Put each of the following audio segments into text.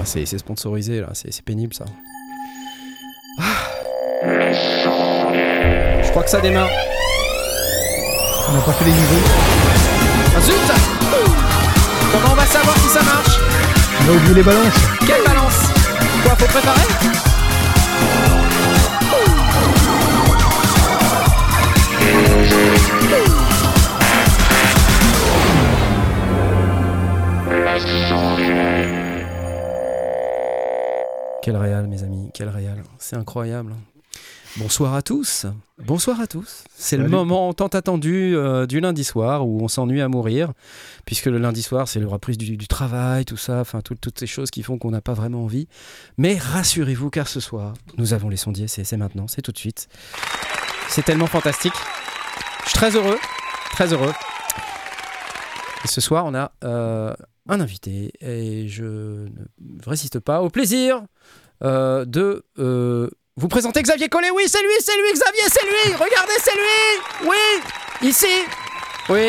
c'est sponsorisé là, c'est pénible ça. Je crois que ça démarre. On n'a pas fait les niveaux. Ah, zut! Comment on va savoir si ça marche? On a oublié les balances. Quelle balance? Quoi, faut préparer? Quel réal, mes amis, quel réal. C'est incroyable. Bonsoir à tous. Bonsoir à tous. C'est le moment tant attendu du lundi soir où on s'ennuie à mourir, puisque le lundi soir, c'est la reprise du travail, tout ça, enfin toutes ces choses qui font qu'on n'a pas vraiment envie. Mais rassurez-vous, car ce soir, nous avons les sondiers, c'est maintenant, c'est tout de suite. C'est tellement fantastique. Je suis très heureux, très heureux. Et ce soir, on a un invité, et je ne résiste pas au plaisir de vous présenter Xavier Collet. Oui, c'est lui, Xavier, c'est lui. Regardez, c'est lui. Oui, ici. Oui.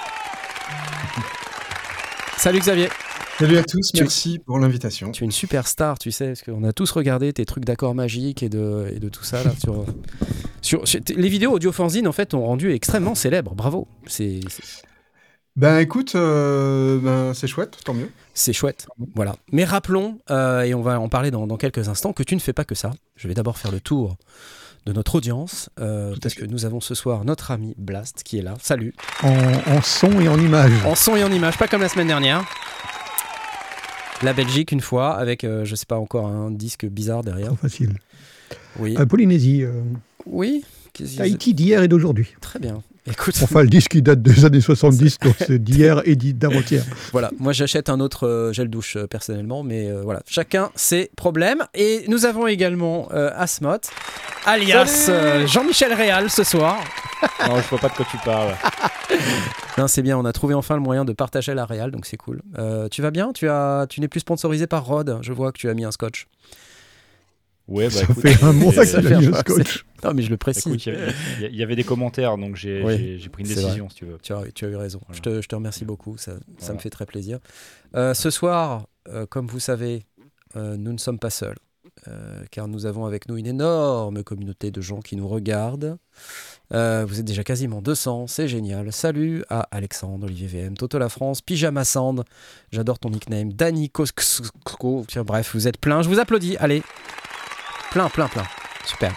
Salut Xavier. Salut à tous, merci pour l'invitation. Tu es une superstar, tu sais, parce qu'on a tous regardé tes trucs d'accords magiques et de tout ça là sur les vidéos audio fanzine en fait ont rendu extrêmement célèbre. Bravo. Ben écoute, c'est chouette, tant mieux. C'est chouette, voilà. Mais rappelons, et on va en parler dans quelques instants, que tu ne fais pas que ça. Je vais d'abord faire le tour de notre audience, parce que nous avons ce soir notre ami Blast qui est là. Salut. En son et en image. En son et en image, pas comme la semaine dernière. La Belgique une fois, avec, je sais pas encore, un disque bizarre derrière. Trop facile. Oui. Polynésie. Oui. Tahiti d'hier et d'aujourd'hui. Très bien. Écoute. Enfin, le disque qui date des années 70, donc c'est d'hier et d'avant-hier. Voilà, moi j'achète un autre gel douche personnellement, mais voilà, chacun ses problèmes. Et nous avons également Asmot, alias Jean-Michel Réal ce soir. Non, je vois pas de quoi tu parles. Non, c'est bien, on a trouvé enfin le moyen de partager la Réal, donc c'est cool. Tu vas bien? Tu n'es plus sponsorisé par Rod, je vois que tu as mis un scotch. Ouais, ça fait un mois qu'il a mis un scotch. Non, mais je le précise. Écoute, il y avait des commentaires, donc j'ai pris une décision, si tu veux. Tu as eu raison. Voilà. Je te remercie beaucoup, ça me fait très plaisir. Ce soir, comme vous savez, nous ne sommes pas seuls, car nous avons avec nous une énorme communauté de gens qui nous regardent. Vous êtes déjà quasiment 200, c'est génial. Salut à Alexandre, Olivier VM, Toto La France, Pyjama Sand, j'adore ton nickname, Dani Kosko, bref, vous êtes plein, je vous applaudis, allez. Plein. Super.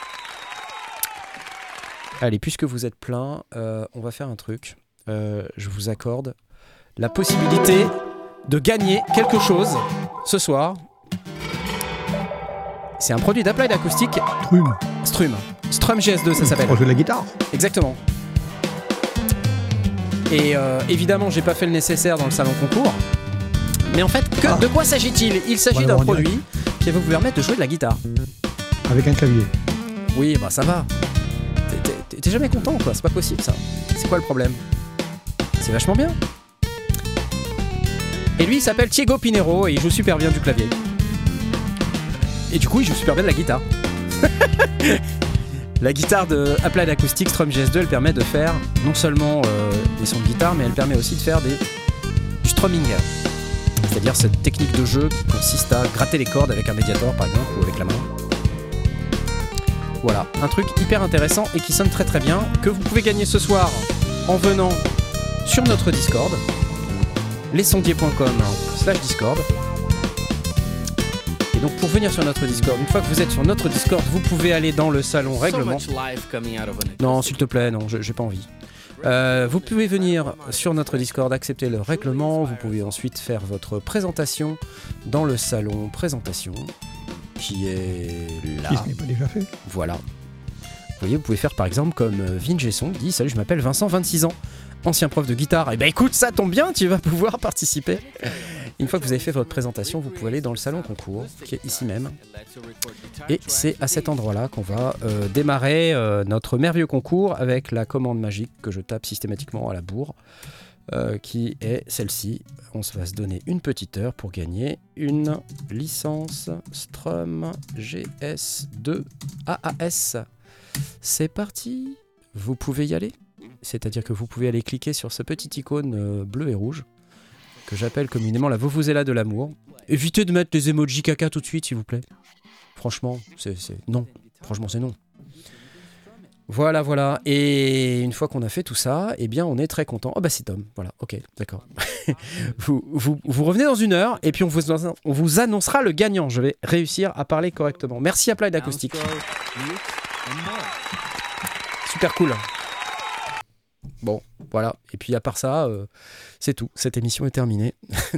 Allez, puisque vous êtes plein, on va faire un truc. Je vous accorde la possibilité de gagner quelque chose ce soir. C'est un produit d'Applied Acoustic. Strum GS2, ça s'appelle. Pour jouer de la guitare. Exactement. Et évidemment, j'ai pas fait le nécessaire dans le salon concours. Mais en fait, de quoi s'agit-il? Il s'agit d'un produit qui va vous permettre de jouer de la guitare. Avec un clavier. Oui, bah ça va. T'es jamais content, quoi. C'est pas possible, ça. C'est quoi le problème? C'est vachement bien. Et lui, il s'appelle Thiago Pinheiro et il joue super bien du clavier. Et du coup, il joue super bien de la guitare. La guitare de Applied Acoustic Strum GS2, elle permet de faire non seulement des sons de guitare, mais elle permet aussi de faire du strumming. C'est-à-dire cette technique de jeu qui consiste à gratter les cordes avec un médiator, par exemple, ou avec la main. Voilà, un truc hyper intéressant et qui sonne très très bien, que vous pouvez gagner ce soir en venant sur notre Discord, lesondiers.com/Discord. Et donc pour venir sur notre Discord, une fois que vous êtes sur notre Discord, vous pouvez aller dans le salon règlement. Non, s'il te plaît, non, j'ai pas envie. Vous pouvez venir sur notre Discord, accepter le règlement. Vous pouvez ensuite faire votre présentation dans le salon présentation qui est là. Qui ce n'est pas déjà fait. Voilà. Vous voyez, vous pouvez faire par exemple comme Vingesson qui dit: salut, je m'appelle Vincent, 26 ans, ancien prof de guitare. Et ben écoute, ça tombe bien, tu vas pouvoir participer. Une fois que vous avez fait votre présentation, vous pouvez aller dans le salon concours qui est ici même. Et c'est à cet endroit-là qu'on va démarrer notre merveilleux concours avec la commande magique que je tape systématiquement à la bourre, qui est celle-ci. On va se donner une petite heure pour gagner une licence Strum GS2 AAS. C'est parti, vous pouvez y aller. C'est-à-dire que vous pouvez aller cliquer sur ce petit icône bleu et rouge que j'appelle communément la vuvuzela de l'amour. Évitez de mettre les emojis caca tout de suite, s'il vous plaît. Franchement, c'est non. Franchement, c'est non. Voilà. Et une fois qu'on a fait tout ça, eh bien, on est très content. Oh bah c'est Tom. Voilà. Ok, d'accord. vous revenez dans 1 heure et puis on vous annoncera le gagnant. Je vais réussir à parler correctement. Merci Applied Acoustic. Super cool. Bon, voilà. Et puis à part ça, c'est tout. Cette émission est terminée.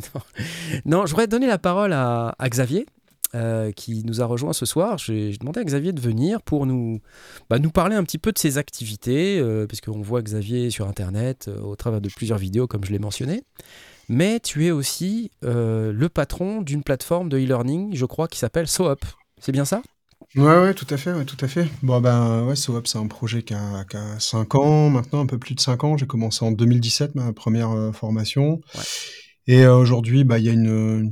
Non, je voudrais donner la parole à Xavier. Qui nous a rejoint ce soir. J'ai demandé à Xavier de venir pour nous parler un petit peu de ses activités, puisqu'on voit Xavier sur Internet au travers de plusieurs vidéos, comme je l'ai mentionné. Mais tu es aussi le patron d'une plateforme de e-learning, je crois, qui s'appelle SoUp. C'est bien ça ? Ouais, tout à fait. Bon, SoUp, c'est un projet qui a 5 ans, maintenant, un peu plus de 5 ans. J'ai commencé en 2017, ma première formation. Ouais. Et aujourd'hui, il y a une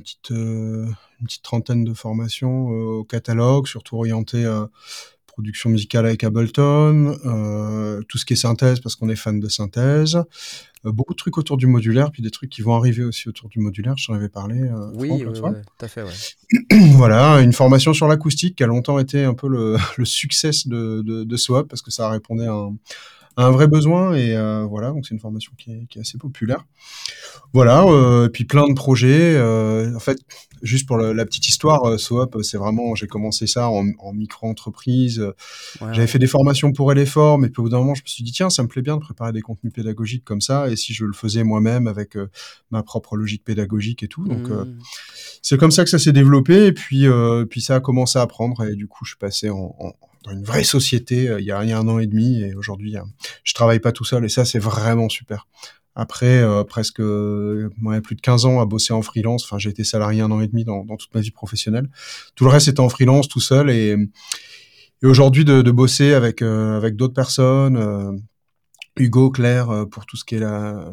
petite trentaine de formations au catalogue, surtout orientées production musicale avec Ableton, tout ce qui est synthèse, parce qu'on est fan de synthèse, beaucoup de trucs autour du modulaire, puis des trucs qui vont arriver aussi autour du modulaire, je t'en avais parlé. Oui, tout à fait, ouais. Voilà, une formation sur l'acoustique qui a longtemps été un peu le succès de SoUp, parce que ça répondait à un vrai besoin, et voilà, donc c'est une formation qui est assez populaire. Voilà, puis plein de projets. En fait, juste pour la petite histoire, SoUp, c'est vraiment, j'ai commencé ça en micro-entreprise. Ouais. J'avais fait des formations pour LFOR, mais puis au bout d'un moment, je me suis dit, tiens, ça me plaît bien de préparer des contenus pédagogiques comme ça, et si je le faisais moi-même avec ma propre logique pédagogique et tout. Donc, c'est comme ça que ça s'est développé, et puis ça a commencé à prendre, et du coup, je suis passé dans une vraie société il y a 1 an et demi, et aujourd'hui, je travaille pas tout seul, et ça, c'est vraiment super. Après presque plus de 15 ans à bosser en freelance, enfin j'ai été salarié 1 an et demi dans toute ma vie professionnelle. Tout le reste était en freelance tout seul, et aujourd'hui de bosser avec d'autres personnes, Hugo, Claire pour tout ce qui est la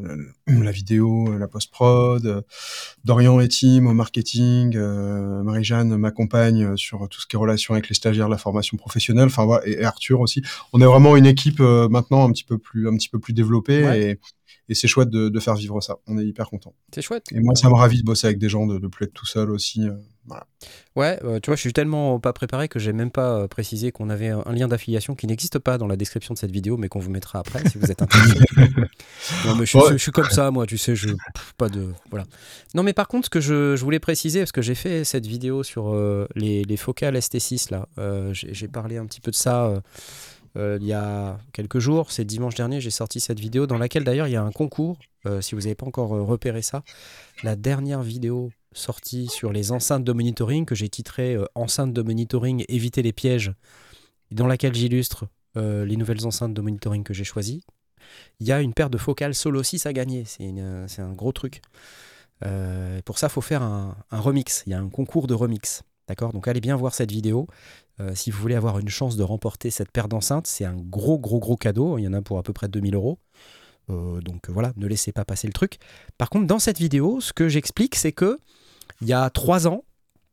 vidéo, la post-prod, Dorian et Tim au marketing, Marie-Jeanne m'accompagne sur tout ce qui est relation avec les stagiaires, la formation professionnelle, enfin voilà, et Arthur aussi. On est vraiment une équipe maintenant un petit peu plus développée, ouais. Et c'est chouette de faire vivre ça. On est hyper contents. C'est chouette. Et moi, ça me ravit de bosser avec des gens, de plus être tout seul aussi. Voilà. Ouais, tu vois, je suis tellement pas préparé que j'ai même pas précisé qu'on avait un lien d'affiliation qui n'existe pas dans la description de cette vidéo, mais qu'on vous mettra après si vous êtes intéressé. Non, mais je suis comme ça, moi, tu sais, pas de... Voilà. Non, mais par contre, ce que je voulais préciser, parce que j'ai fait cette vidéo sur les focales ST6, là, j'ai parlé un petit peu de ça... il y a quelques jours, c'est dimanche dernier, j'ai sorti cette vidéo dans laquelle d'ailleurs il y a un concours, si vous n'avez pas encore repéré ça, la dernière vidéo sortie sur les enceintes de monitoring que j'ai titrée enceintes de monitoring, éviter les pièges, dans laquelle j'illustre les nouvelles enceintes de monitoring que j'ai choisies. Il y a une paire de focales Solo 6 à gagner, c'est un gros truc. Pour ça, il faut faire un remix, il y a un concours de remix. D'accord, donc allez bien voir cette vidéo. Si vous voulez avoir une chance de remporter cette paire d'enceintes, c'est un gros cadeau. Il y en a pour à peu près 2 000 €. Donc voilà, ne laissez pas passer le truc. Par contre, dans cette vidéo, ce que j'explique, c'est que il y a 3 ans,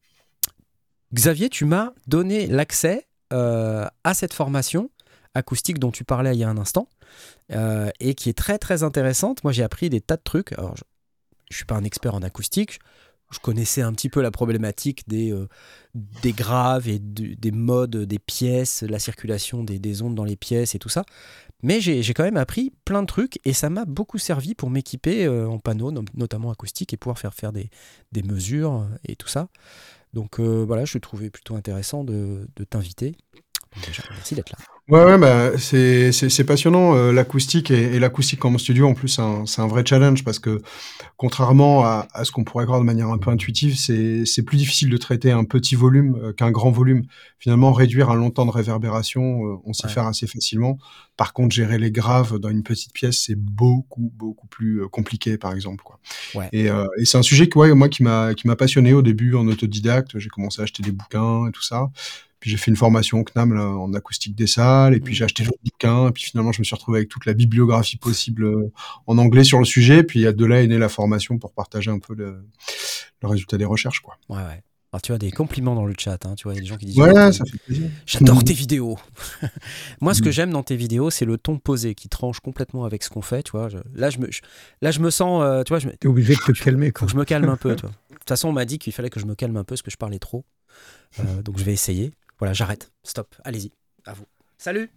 Xavier, tu m'as donné l'accès à cette formation acoustique dont tu parlais il y a un instant, et qui est très très intéressante. Moi, j'ai appris des tas de trucs. Alors, je ne suis pas un expert en acoustique. Je connaissais un petit peu la problématique des graves et des modes des pièces, la circulation des ondes dans les pièces et tout ça. Mais j'ai quand même appris plein de trucs, et ça m'a beaucoup servi pour m'équiper en panneaux, notamment acoustiques, et pouvoir faire des mesures et tout ça. Donc voilà, je trouvais plutôt intéressant de t'inviter. Donc déjà, merci d'être là. Ouais, c'est passionnant, l'acoustique et l'acoustique en studio. En plus, c'est un vrai challenge, parce que contrairement à ce qu'on pourrait croire de manière un peu intuitive, c'est plus difficile de traiter un petit volume qu'un grand volume. Finalement, réduire un long temps de réverbération, on sait faire assez facilement. Par contre, gérer les graves dans une petite pièce, c'est beaucoup plus compliqué, par exemple, quoi. Ouais. Et c'est un sujet moi qui m'a passionné au début en autodidacte. J'ai commencé à acheter des bouquins et tout ça. Puis j'ai fait une formation au CNAM là, en acoustique des salles, et puis j'ai acheté d'autres bouquins, et puis finalement je me suis retrouvé avec toute la bibliographie possible en anglais sur le sujet, puis de là est née la formation pour partager un peu le résultat des recherches, quoi. Ouais. Alors, tu as des compliments dans le chat, hein, tu vois, il y a des gens qui disent Ouais, ça fait plaisir. j'adore tes vidéos. Moi, ce que j'aime dans tes vidéos, c'est le ton posé qui tranche complètement avec ce qu'on fait, tu vois. Là, je me sens, tu vois, T'es obligé de te calmer, faut quoi. que je me calme un peu, tu vois. De toute façon, on m'a dit qu'il fallait que je me calme un peu parce que je parlais trop. Donc, je vais essayer. Voilà, j'arrête. Stop. Allez-y. À vous. Salut.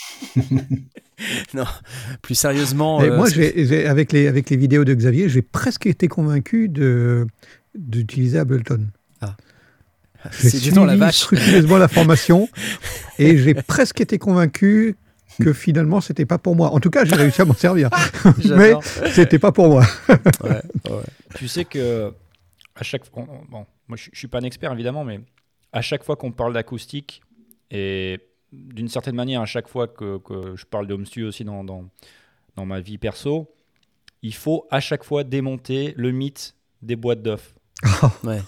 Non, plus sérieusement. Et moi, avec les vidéos de Xavier, j'ai presque été convaincu d'utiliser Ableton. J'ai c'est du temps la suivi vache. scrupuleusement la formation et j'ai presque été convaincu que finalement, c'était pas pour moi. En tout cas, j'ai réussi à m'en servir. Mais c'était pas pour moi. Ouais. Tu sais que à chaque fois, bon, moi je suis pas un expert évidemment, mais à chaque fois qu'on parle d'acoustique et d'une certaine manière à chaque fois que je parle de home studio aussi dans ma vie perso, il faut à chaque fois démonter le mythe des boîtes d'œufs. Ouais.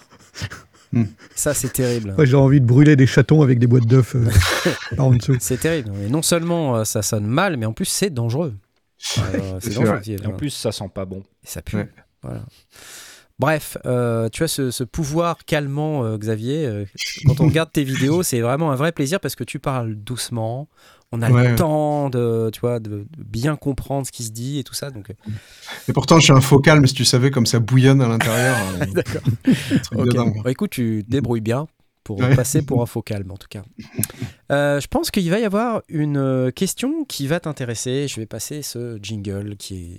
Ça, c'est terrible. Ouais, j'ai envie de brûler des chatons avec des boîtes d'œufs par en dessous. C'est terrible. Et non seulement ça sonne mal, mais en plus, c'est dangereux. C'est dangereux. Et en plus, ça sent pas bon. Et ça pue. Ouais. Voilà. Bref, tu as ce pouvoir calmant, Xavier. Quand on regarde tes vidéos, c'est vraiment un vrai plaisir parce que tu parles doucement. On a le temps de bien comprendre ce qui se dit et tout ça. Donc... Et pourtant, je suis un faux calme, si tu savais comme ça bouillonne à l'intérieur. D'accord. Okay. Bon, écoute, tu te débrouilles bien pour passer pour un faux calme, en tout cas. Je pense qu'il va y avoir une question qui va t'intéresser. Je vais passer ce jingle qui est...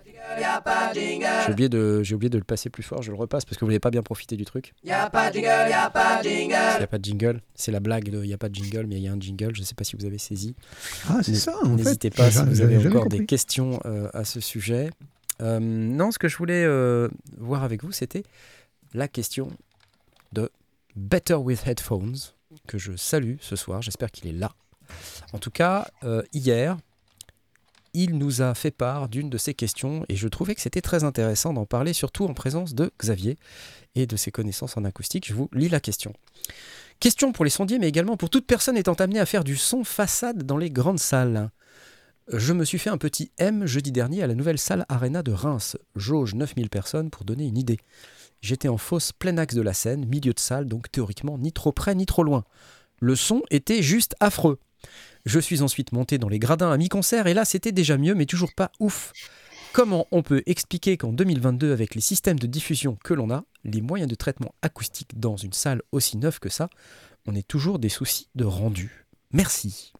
J'ai oublié de le passer plus fort, je le repasse parce que vous n'avez pas bien profité du truc. Il n'y a pas de jingle, il n'y a pas de jingle. Il n'y a pas de jingle, c'est la blague de il n'y a pas de jingle, mais il y a un jingle, je ne sais pas si vous avez saisi. Ah, c'est ça, en fait. N'hésitez pas si vous avez encore des questions à ce sujet. Non, ce que je voulais voir avec vous, c'était la question de Better with Headphones, que je salue ce soir, j'espère qu'il est là. En tout cas, hier, il nous a fait part d'une de ses questions et je trouvais que c'était très intéressant d'en parler, surtout en présence de Xavier et de ses connaissances en acoustique. Je vous lis la question. Question pour les sondiers, mais également pour toute personne étant amenée à faire du son façade dans les grandes salles. Je me suis fait un petit M jeudi dernier à la nouvelle salle Arena de Reims. Jauge 9000 personnes pour donner une idée. J'étais en fosse plein axe de la scène, milieu de salle, donc théoriquement ni trop près ni trop loin. Le son était juste affreux. Je suis ensuite monté dans les gradins à mi-concert et là c'était déjà mieux mais toujours pas ouf. Comment on peut expliquer qu'en 2022 avec les systèmes de diffusion que l'on a, les moyens de traitement acoustique dans une salle aussi neuve que ça, on ait toujours des soucis de rendu? Merci.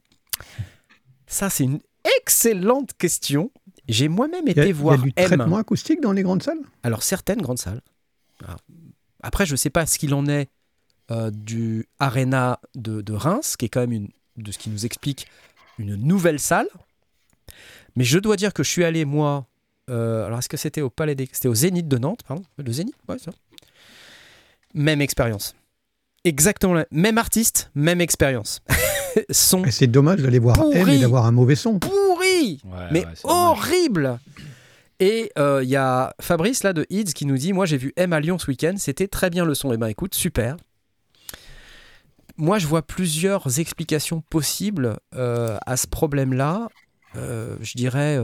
Ça c'est une excellente question. J'ai moi-même été voir Il y a du traitement acoustique dans les grandes salles? Alors certaines grandes salles. Alors, après je sais pas ce qu'il en est du Arena de Reims, qui est quand même de ce qui nous explique une nouvelle salle. Mais je dois dire que je suis allé, moi... alors, est-ce que c'était au Palais des... C'était au Zénith de Nantes, pardon. Le Zénith, ouais, ça. Même expérience. Exactement. Même artiste, même expérience. Son... C'est dommage d'aller voir M et d'avoir un mauvais son. Pourri, mais horrible. Et il y a Fabrice, là, de Eads, qui nous dit « Moi, j'ai vu M à Lyon ce week-end. C'était très bien le son. » Eh ben, écoute, super. Moi, je vois plusieurs explications possibles à ce problème-là. Je dirais...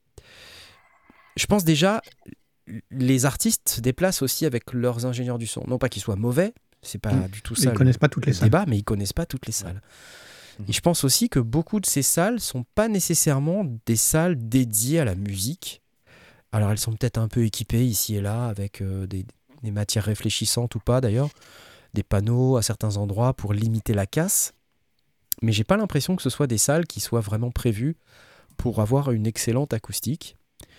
je pense déjà, les artistes se déplacent aussi avec leurs ingénieurs du son. Non pas qu'ils soient mauvais, c'est pas du tout ça. Ils connaissent pas toutes les salles. Débat, mais ils connaissent pas toutes les salles. Et je pense aussi que beaucoup de ces salles sont pas nécessairement des salles dédiées à la musique. Alors, elles sont peut-être un peu équipées ici et là avec des matières réfléchissantes ou pas d'ailleurs. Des panneaux à certains endroits pour limiter la casse. Mais j'ai pas l'impression que ce soit des salles qui soient vraiment prévues pour avoir une excellente acoustique.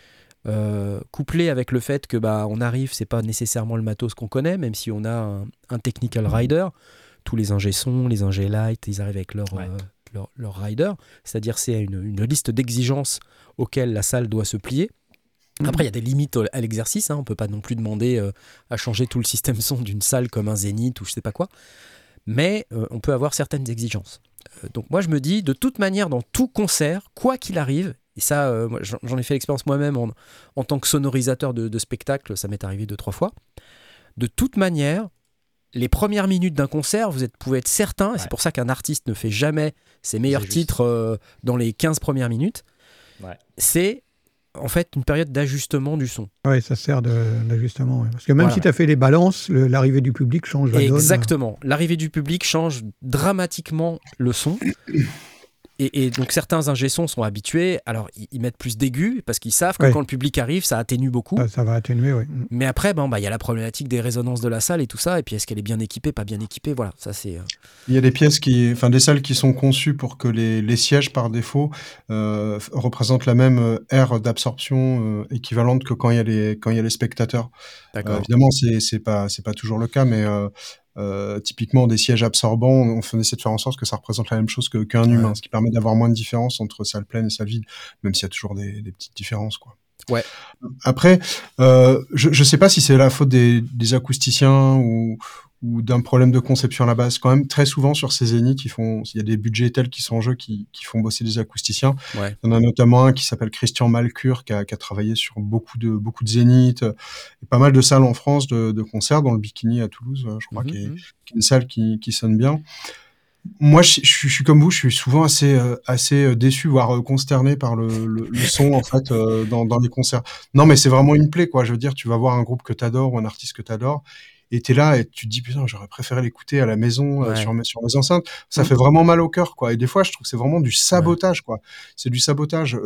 Couplé avec le fait que on arrive, c'est pas nécessairement le matos qu'on connaît, même si on a un technical rider. Tous les ingé son, les ingé light, ils arrivent avec leur rider. C'est-à-dire c'est une liste d'exigences auxquelles la salle doit se plier. Après, il y a des limites à l'exercice. On ne peut pas non plus demander à changer tout le système son d'une salle comme un Zénith ou je ne sais pas quoi. Mais on peut avoir certaines exigences. Donc moi, je me dis, de toute manière, dans tout concert, quoi qu'il arrive, et ça, moi, j'en ai fait l'expérience moi-même en tant que sonorisateur de spectacle, ça m'est arrivé 2-3 fois. De toute manière, les premières minutes d'un concert, vous pouvez être certain, et c'est pour ça qu'un artiste ne fait jamais ses meilleurs titres dans les 15 premières minutes, c'est en fait une période d'ajustement du son. Oui, ça sert d'ajustement. Ouais. Parce que même si tu as fait les balances, l'arrivée du public change la donne. Exactement. L'arrivée du public change dramatiquement le son. Et donc certains ingé-sons sont habitués, alors ils mettent plus d'aigus parce qu'ils savent que quand le public arrive, ça atténue beaucoup. Ça va atténuer, oui. Mais après, il y a la problématique des résonances de la salle et tout ça, et puis est-ce qu'elle est bien équipée, pas bien équipée, voilà, ça c'est... Il y a des des salles qui sont conçues pour que les sièges par défaut représentent la même aire d'absorption équivalente que quand il y a les spectateurs. Évidemment, c'est pas toujours le cas, mais typiquement des sièges absorbants, on essaie de faire en sorte que ça représente la même chose qu'un humain, ce qui permet d'avoir moins de différence entre salle pleine et salle vide, même s'il y a toujours des petites différences, quoi. Ouais. Après, je sais pas si c'est la faute des acousticiens ou d'un problème de conception à la base. Quand même, très souvent sur ces zéniths, il y a des budgets tels qui sont en jeu qui font bosser des acousticiens. Ouais. Il y en a notamment un qui s'appelle Christian Malcure qui a travaillé sur beaucoup de zéniths et pas mal de salles en France de concerts, dans le Bikini à Toulouse, je crois, qui est une salle qui sonne bien. Moi, je suis comme vous, je suis souvent assez déçu, voire consterné par le son, en fait, dans les concerts. Non, mais c'est vraiment une plaie, quoi. Je veux dire, tu vas voir un groupe que t'adores ou un artiste que t'adores, et t'es là et tu te dis, putain, j'aurais préféré l'écouter à la maison, sur mes enceintes. Ça fait vraiment mal au cœur, quoi. Et des fois, je trouve que c'est vraiment du sabotage, quoi. C'est du sabotage.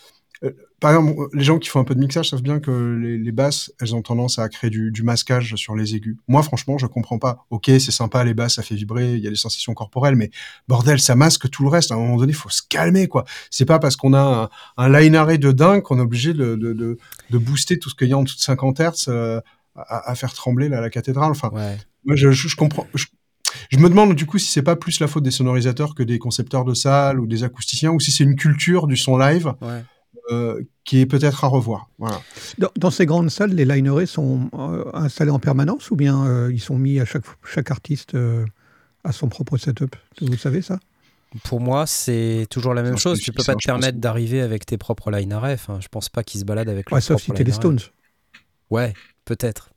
Par exemple, les gens qui font un peu de mixage savent bien que les basses, elles ont tendance à créer du masquage sur les aigus. Moi, franchement, je comprends pas. Ok, c'est sympa, les basses, ça fait vibrer, il y a des sensations corporelles, mais bordel, ça masque tout le reste. À un moment donné, il faut se calmer, quoi. C'est pas parce qu'on a un line array de dingue qu'on est obligé de booster tout ce qu'il y a en dessous de 50 Hz à faire trembler la cathédrale. Enfin, moi, je comprends. Je me demande du coup si c'est pas plus la faute des sonorisateurs que des concepteurs de salles ou des acousticiens, ou si c'est une culture du son live. Qui est peut-être à revoir. Voilà. Dans ces grandes salles, les line arrays sont installés en permanence ou bien ils sont mis à chaque artiste à son propre setup? Vous savez ça? Pour moi, c'est toujours la même chose. Tu peux pas te permettre d'arriver avec tes propres line arrays. Enfin, je pense pas qu'ils se baladent avec leurs propres line arrays. Sauf si t'es les Stones. Ouais, peut-être.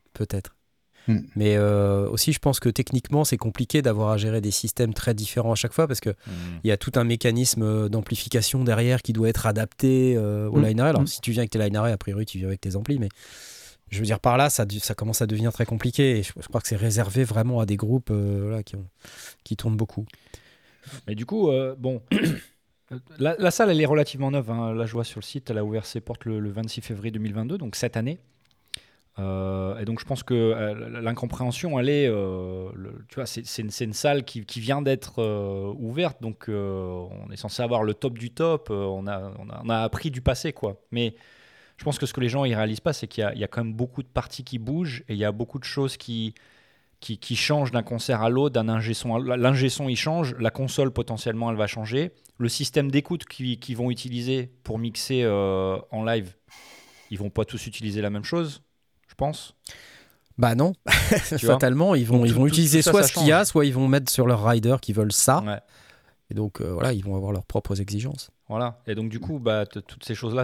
Mais aussi, je pense que techniquement, c'est compliqué d'avoir à gérer des systèmes très différents à chaque fois parce qu'il y a tout un mécanisme d'amplification derrière qui doit être adapté au line array. Alors, si tu viens avec tes line array, a priori, tu viens avec tes amplis, mais je veux dire, par là, ça commence à devenir très compliqué. Et je crois que c'est réservé vraiment à des groupes qui tournent beaucoup. Mais du coup, la salle, elle est relativement neuve. Hein. Là, je vois sur le site, elle a ouvert ses portes le 26 février 2022, donc cette année. Et donc je pense que l'incompréhension, elle est, tu vois, c'est une salle qui vient d'être ouverte, donc on est censé avoir le top du top. On a appris du passé, quoi. Mais je pense que ce que les gens ils réalisent pas, c'est qu'il y a quand même beaucoup de parties qui bougent et il y a beaucoup de choses qui changent d'un concert à l'autre, d'un ingé-son. L'ingé-son il change, la console potentiellement elle va changer, le système d'écoute qu'ils vont utiliser pour mixer en live, ils vont pas tous utiliser la même chose. Pense. Bah non, fatalement, ils vont utiliser soit ce qu'il y a, soit ils vont mettre sur leur rider qui veulent ça. Ouais. Et donc voilà, ils vont avoir leurs propres exigences. Voilà. Et donc du coup, toutes ces choses-là,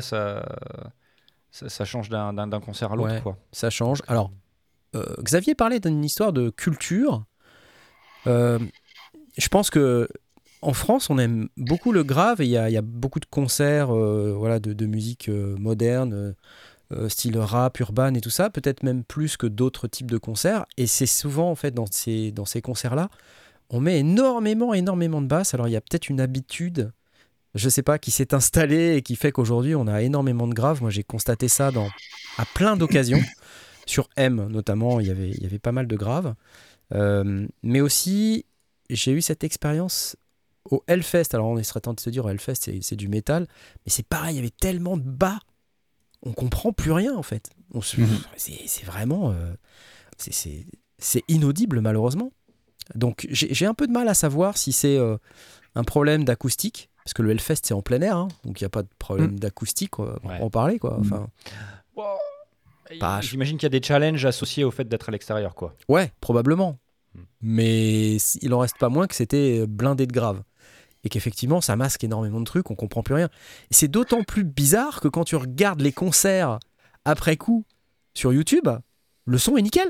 ça change d'un concert à l'autre, quoi. Ça change. Alors, Xavier parlait d'une histoire de culture. Je pense que en France, on aime beaucoup le grave et il y a beaucoup de concerts, de musique moderne. Style rap, urban et tout ça, peut-être même plus que d'autres types de concerts. Et c'est souvent, en fait, dans ces concerts-là, on met énormément de basses. Alors, il y a peut-être une habitude, je sais pas, qui s'est installée et qui fait qu'aujourd'hui, on a énormément de graves. Moi, j'ai constaté ça à plein d'occasions. Sur M, notamment, il y avait pas mal de graves. Mais aussi, j'ai eu cette expérience au Hellfest. Alors, on serait tenté de se dire, au Hellfest, c'est du métal. Mais c'est pareil, il y avait tellement de bas. On comprend plus rien en fait. C'est vraiment, c'est inaudible malheureusement. Donc j'ai un peu de mal à savoir si c'est un problème d'acoustique, parce que le Hellfest c'est en plein air, hein, donc il n'y a pas de problème d'acoustique, quoi, pour en parler, quoi. Enfin, j'imagine qu'il y a des challenges associés au fait d'être à l'extérieur, quoi. Ouais, probablement. Mais il en reste pas moins que c'était blindé de grave. Et qu'effectivement, ça masque énormément de trucs, on comprend plus rien. Et c'est d'autant plus bizarre que quand tu regardes les concerts après coup sur YouTube, le son est nickel.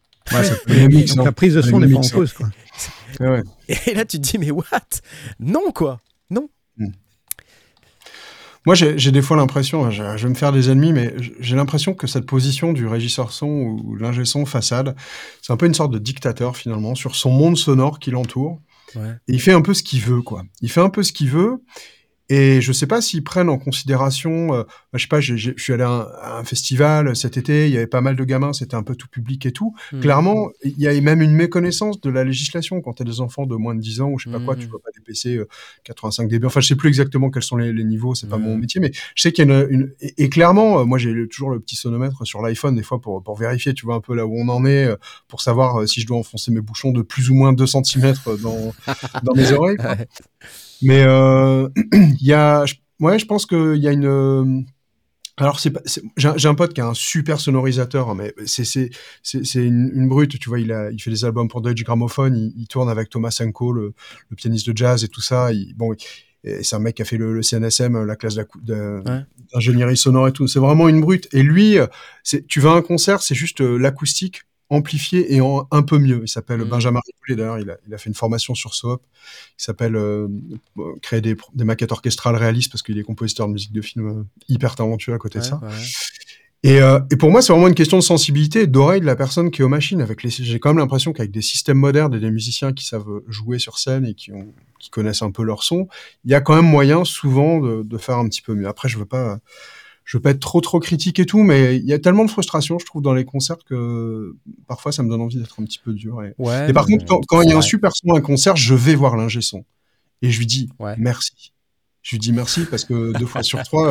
Donc la prise de son n'est pas en cause, quoi. Et là, tu te dis, mais what? Non, quoi. Non. Moi, j'ai des fois l'impression, je vais me faire des ennemis, mais j'ai l'impression que cette position du régisseur son ou l'ingé son façade, c'est un peu une sorte de dictateur finalement sur son monde sonore qui l'entoure. Ouais. Et il fait un peu ce qu'il veut, quoi. Il fait un peu ce qu'il veut. Et je sais pas s'ils prennent en considération, je sais pas, je suis allé à un festival cet été, il y avait pas mal de gamins, c'était un peu tout public et tout. Clairement, il y a même une méconnaissance de la législation quand t'as des enfants de moins de 10 ans ou je sais pas quoi, tu vois pas des PC 85 dB. Enfin, je sais plus exactement quels sont les niveaux, c'est pas mon métier, mais je sais qu'il y a et clairement, moi j'ai toujours le petit sonomètre sur l'iPhone des fois pour vérifier, tu vois un peu là où on en est, pour savoir si je dois enfoncer mes bouchons de plus ou moins 2 centimètres dans mes oreilles, quoi. Mais il y a, je pense qu'il y a une. Alors j'ai un pote qui a un super sonorisateur, hein, mais c'est une brute, tu vois. Il fait des albums pour Deutsche Grammophon, il tourne avec Thomas Senko, le pianiste de jazz et tout ça. Et c'est un mec qui a fait le CNSM, la classe d'ingénierie sonore et tout. C'est vraiment une brute. Et lui, tu vas à un concert, c'est juste l'acoustique amplifié et un peu mieux. Il s'appelle Benjamin Ripoullet, d'ailleurs, il a fait une formation sur SOAP. Il s'appelle créer des maquettes orchestrales réalistes parce qu'il est compositeur de musique de film hyper talentueux à côté de ça. Et pour moi, c'est vraiment une question de sensibilité et d'oreille de la personne qui est aux machines. J'ai quand même l'impression qu'avec des systèmes modernes et des musiciens qui savent jouer sur scène et qui connaissent un peu leur son, il y a quand même moyen souvent de faire un petit peu mieux. Après, je veux pas être trop critique et tout, mais il y a tellement de frustration, je trouve, dans les concerts que parfois ça me donne envie d'être un petit peu dur. Et par contre, quand il y a un super son à un concert, je vais voir l'ingé son et je lui dis merci. Je lui dis merci parce que 2 fois sur 3,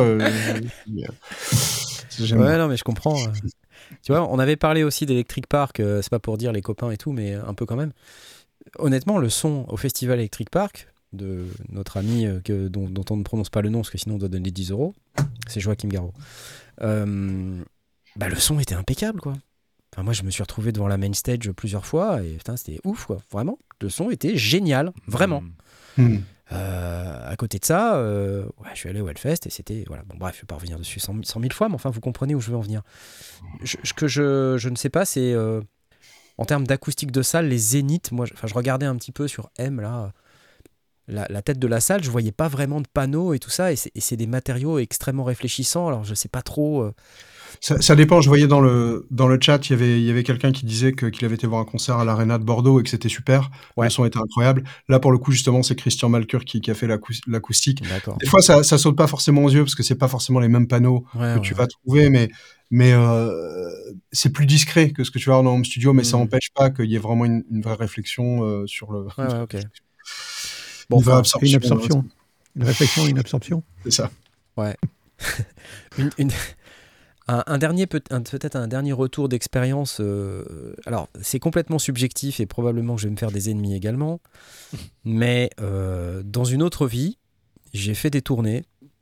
j'aime bien. Non, mais je comprends. Tu vois, on avait parlé aussi d'Electric Park, c'est pas pour dire les copains et tout, mais un peu quand même. Honnêtement, le son au festival Electric Park de notre ami dont on ne prononce pas le nom parce que sinon on doit donner 10 €, c'est Joachim Garraud. Le son était impeccable, quoi. Enfin, moi, je me suis retrouvé devant la main stage plusieurs fois et putain, c'était ouf, quoi. Vraiment, le son était génial, vraiment. À côté de ça, je suis allé au Hellfest et c'était voilà. Bon, bref, je vais pas revenir dessus 100 000 fois, mais enfin, vous comprenez où je veux en venir. Ce que je ne sais pas, c'est en termes d'acoustique de salle, les zéniths. Moi, je regardais un petit peu sur M là. La tête de la salle, je voyais pas vraiment de panneaux et tout ça, et c'est des matériaux extrêmement réfléchissants. Alors je sais pas trop. Ça dépend. Je voyais dans le chat, il y avait quelqu'un qui disait qu'il avait été voir un concert à l'Arena de Bordeaux et que c'était super. Le son était incroyable. Là, pour le coup, justement, c'est Christian Malcure qui a fait l'acoustique. D'accord. Des fois, ça saute pas forcément aux yeux parce que c'est pas forcément les mêmes panneaux que tu vas trouver, mais c'est plus discret que ce que tu vas avoir dans Home Studio, mais ça n'empêche pas qu'il y ait vraiment une vraie réflexion sur le. Ok. Bon, une absorption. Une réflexion, une absorption. C'est ça. Ouais. Peut-être un dernier retour d'expérience. Alors, c'est complètement subjectif et probablement que je vais me faire des ennemis également. Mais dans une autre vie, j'ai fait des tournées.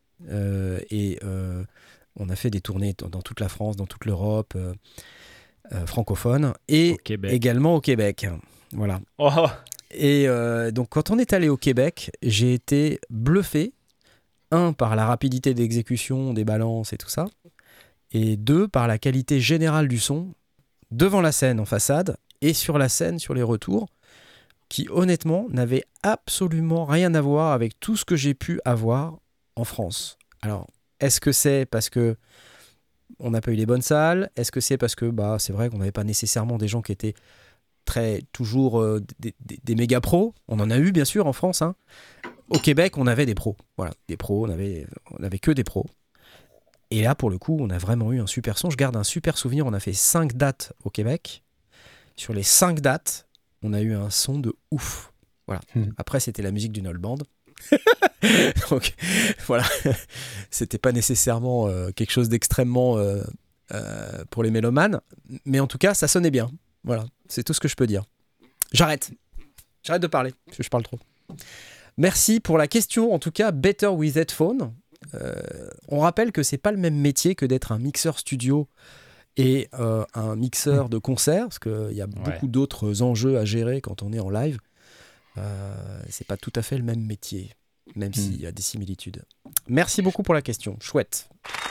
On a fait des tournées dans toute la France, dans toute l'Europe francophone et également au Québec. Voilà. Oh. Et donc, quand on est allé au Québec, j'ai été bluffé. 1, par la rapidité d'exécution des balances et tout ça. Et 2, par la qualité générale du son devant la scène en façade et sur la scène sur les retours, qui honnêtement n'avait absolument rien à voir avec tout ce que j'ai pu avoir en France. Alors, est-ce que c'est parce que on n'a pas eu les bonnes salles ? Est-ce que c'est parce que c'est vrai qu'on n'avait pas nécessairement des gens qui étaient toujours des méga pros ? On en a eu bien sûr en France. Hein. Au Québec, on avait des pros. Voilà, des pros, on avait que des pros. Et là, pour le coup, on a vraiment eu un super son. Je garde un super souvenir. On a fait 5 dates au Québec. Sur les 5 dates, on a eu un son de ouf. Voilà. Après, c'était la musique d'une old band. Donc, voilà. C'était pas nécessairement quelque chose d'extrêmement pour les mélomanes. Mais en tout cas, ça sonnait bien. Voilà. C'est tout ce que je peux dire. J'arrête de parler, parce que je parle trop. Merci pour la question. En tout cas, Better with Headphone. On rappelle que c'est pas le même métier que d'être un mixeur studio et un mixeur de concert, parce qu'il y a beaucoup d'autres enjeux à gérer quand on est en live. C'est pas tout à fait le même métier, même s'il y a des similitudes. Merci beaucoup pour la question, chouette.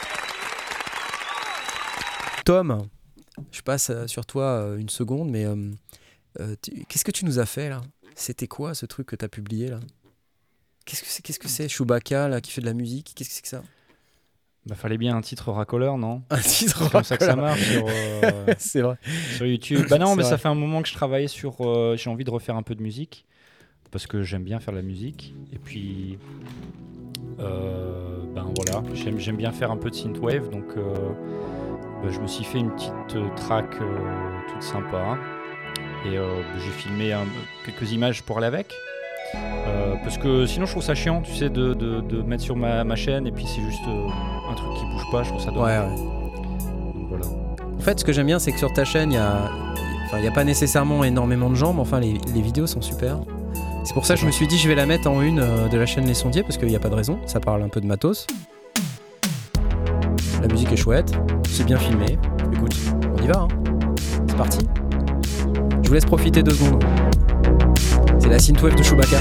Tom, je passe sur toi une seconde, mais qu'est-ce que tu nous as fait là ? C'était quoi ce truc que tu as publié là ? Qu'est-ce que c'est Chewbacca là, qui fait de la musique ? Qu'est-ce que c'est que ça ? Fallait bien un titre racoleur, non? Un titre C'est comme ça que ça marche C'est vrai. sur YouTube. Bah non, C'est mais vrai. ça fait un moment que je travaille sur... j'ai envie de refaire un peu de musique, parce que j'aime bien faire de la musique. Et puis... voilà, j'aime bien faire un peu de synthwave, donc je me suis fait une petite track toute sympa. Et j'ai filmé quelques images pour aller avec. Parce que sinon je trouve ça chiant, tu sais, de mettre sur ma chaîne et puis c'est juste un truc qui bouge pas, je trouve ça dommage. Ouais. Donc voilà. En fait, ce que j'aime bien, c'est que sur ta chaîne, il y a pas nécessairement énormément de gens, mais enfin, les vidéos sont super. C'est pour ça que je me suis dit, je vais la mettre en une de la chaîne Les Sondiers, parce qu'il n'y a pas de raison, ça parle un peu de matos. La musique est chouette, c'est bien filmé. Écoute, on y va, hein. C'est parti. Je vous laisse profiter 2 secondes. C'est la synthwave de Chewbacca.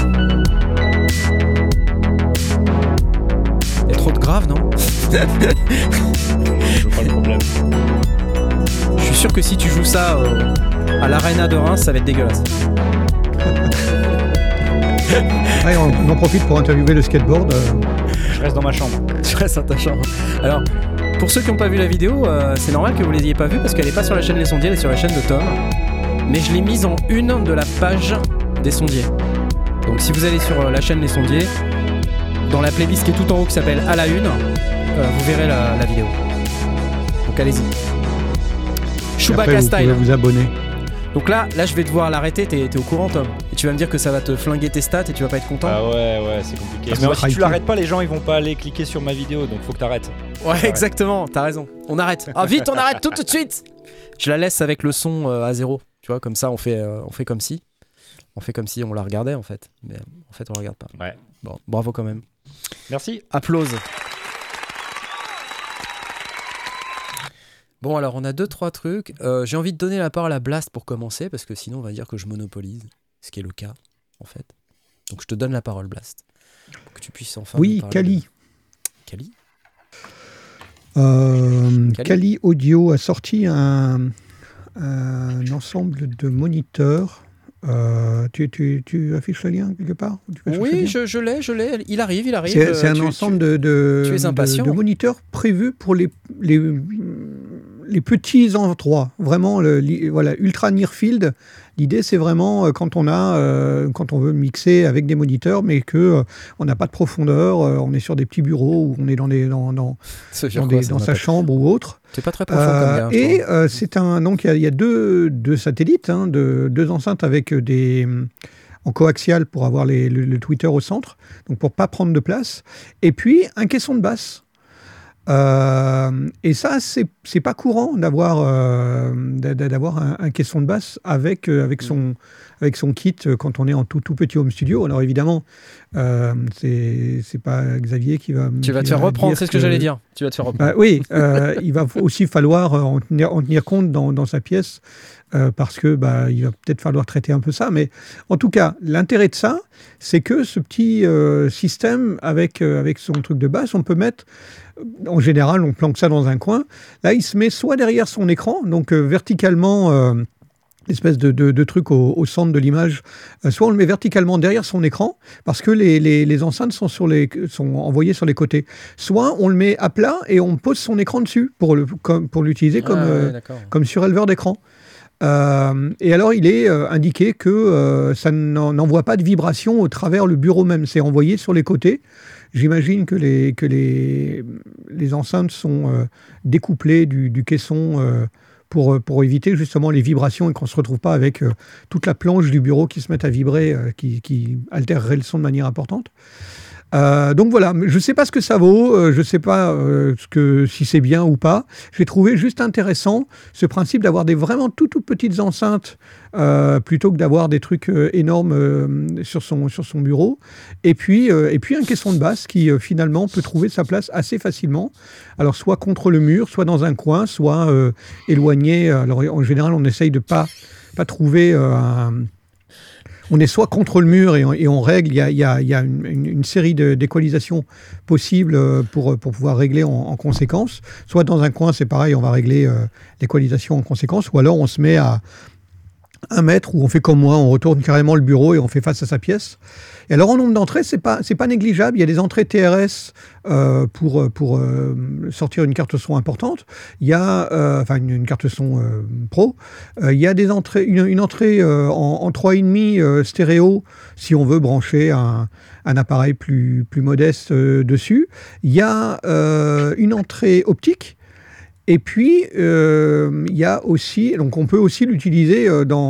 Il y a trop de grave, non? Je vois pas le problème. Je suis sûr que si tu joues ça à l'Arena de Reims, ça va être dégueulasse. Ouais, on en profite pour interviewer le skateboard. Je reste dans ma chambre. Tu restes dans ta chambre. Alors, pour ceux qui n'ont pas vu la vidéo, c'est normal que vous ne l'ayez pas vue parce qu'elle n'est pas sur la chaîne Les Sondiers, elle est sur la chaîne de Tom. Mais je l'ai mise en une de la page des Sondiers. Donc si vous allez sur la chaîne Les Sondiers, dans la playlist qui est tout en haut qui s'appelle À la une, vous verrez la vidéo. Donc allez-y. Chewbacca Vous style. pouvez vous abonner. Donc là, je vais devoir l'arrêter, t'es au courant, Tom. Et tu vas me dire que ça va te flinguer tes stats et tu vas pas être content. Ah ouais, c'est compliqué. Parce Mais que si tu hyper. l'arrêtes pas, les gens ils vont pas aller cliquer sur ma vidéo, donc faut que t'arrêtes. Ouais, exactement, t'as raison. On arrête. Ah vite, on arrête tout de suite. Je la laisse avec le son à 0. Tu vois, comme ça, on fait comme si. On fait comme si on la regardait, en fait. Mais en fait, on la regarde pas. Ouais. Bon, bravo quand même. Merci. Applause. Bon, alors, on a 2-3 trucs. J'ai envie de donner la parole à Blast pour commencer, parce que sinon, on va dire que je monopolise. Ce qui est le cas, en fait. Donc, je te donne la parole, Blast. Pour que tu puisses enfin... Oui, nous parler Kali. Kali. Kali Audio a sorti un ensemble de moniteurs. Tu affiches le lien quelque part? Oui, je l'ai. Il arrive. C'est un ensemble de tu es impatient. de moniteurs prévus pour les petits endroits. Vraiment, voilà, ultra near field. L'idée, c'est vraiment quand on veut mixer avec des moniteurs, mais que on n'a pas de profondeur, on est sur des petits bureaux ou on est dans sa chambre ou autre. C'est pas très profond comme gars. Et donc il y a deux satellites, deux enceintes avec en coaxial pour avoir le tweeter au centre, donc pour pas prendre de place, et puis un caisson de basse. Et ça, c'est pas courant d'avoir un caisson de basse avec son kit quand on est en tout petit home studio. Alors évidemment, c'est pas Xavier qui va. Tu vas te faire reprendre, c'est ce que j'allais dire. Tu vas te faire reprendre. Oui, il va aussi falloir en tenir compte dans sa pièce. Parce que il va peut-être falloir traiter un peu ça, mais en tout cas, l'intérêt de ça, c'est que ce petit système avec son truc de basse, on peut mettre, en général, on planque ça dans un coin. Là, il se met soit derrière son écran, donc verticalement, l'espèce de truc au centre de l'image, soit on le met verticalement derrière son écran, parce que les enceintes sont envoyées sur les côtés. Soit on le met à plat et on pose son écran dessus pour l'utiliser comme suréleveur d'écran. Et alors, il est indiqué que ça n'envoie pas de vibration au travers le bureau même. C'est envoyé sur les côtés. J'imagine que les enceintes sont découplées du caisson pour éviter justement les vibrations et qu'on ne se retrouve pas avec toute la planche du bureau qui se met à vibrer, qui altérerait le son de manière importante. Donc voilà, je ne sais pas ce que ça vaut, je ne sais pas si c'est bien ou pas. J'ai trouvé juste intéressant ce principe d'avoir des vraiment toutes petites enceintes plutôt que d'avoir des trucs énormes sur son bureau. Et puis un caisson de basse qui finalement peut trouver sa place assez facilement. Alors soit contre le mur, soit dans un coin, soit éloigné. Alors en général, on essaye de pas trouver on est soit contre le mur et on règle, il y a une série d'équalisations possibles pour pouvoir régler en conséquence. Soit dans un coin, c'est pareil, on va régler l'équalisation en conséquence, ou alors on se met à 1 mètre où on fait comme moi, on retourne carrément le bureau et on fait face à sa pièce. Et alors en nombre d'entrées, c'est pas négligeable. Il y a des entrées TRS pour sortir une carte son importante. Il y a une carte son pro. Il y a des entrées, une entrée en 3,5 stéréo si on veut brancher un appareil plus modeste dessus. Il y a une entrée optique. Et puis, il y a aussi, donc on peut aussi l'utiliser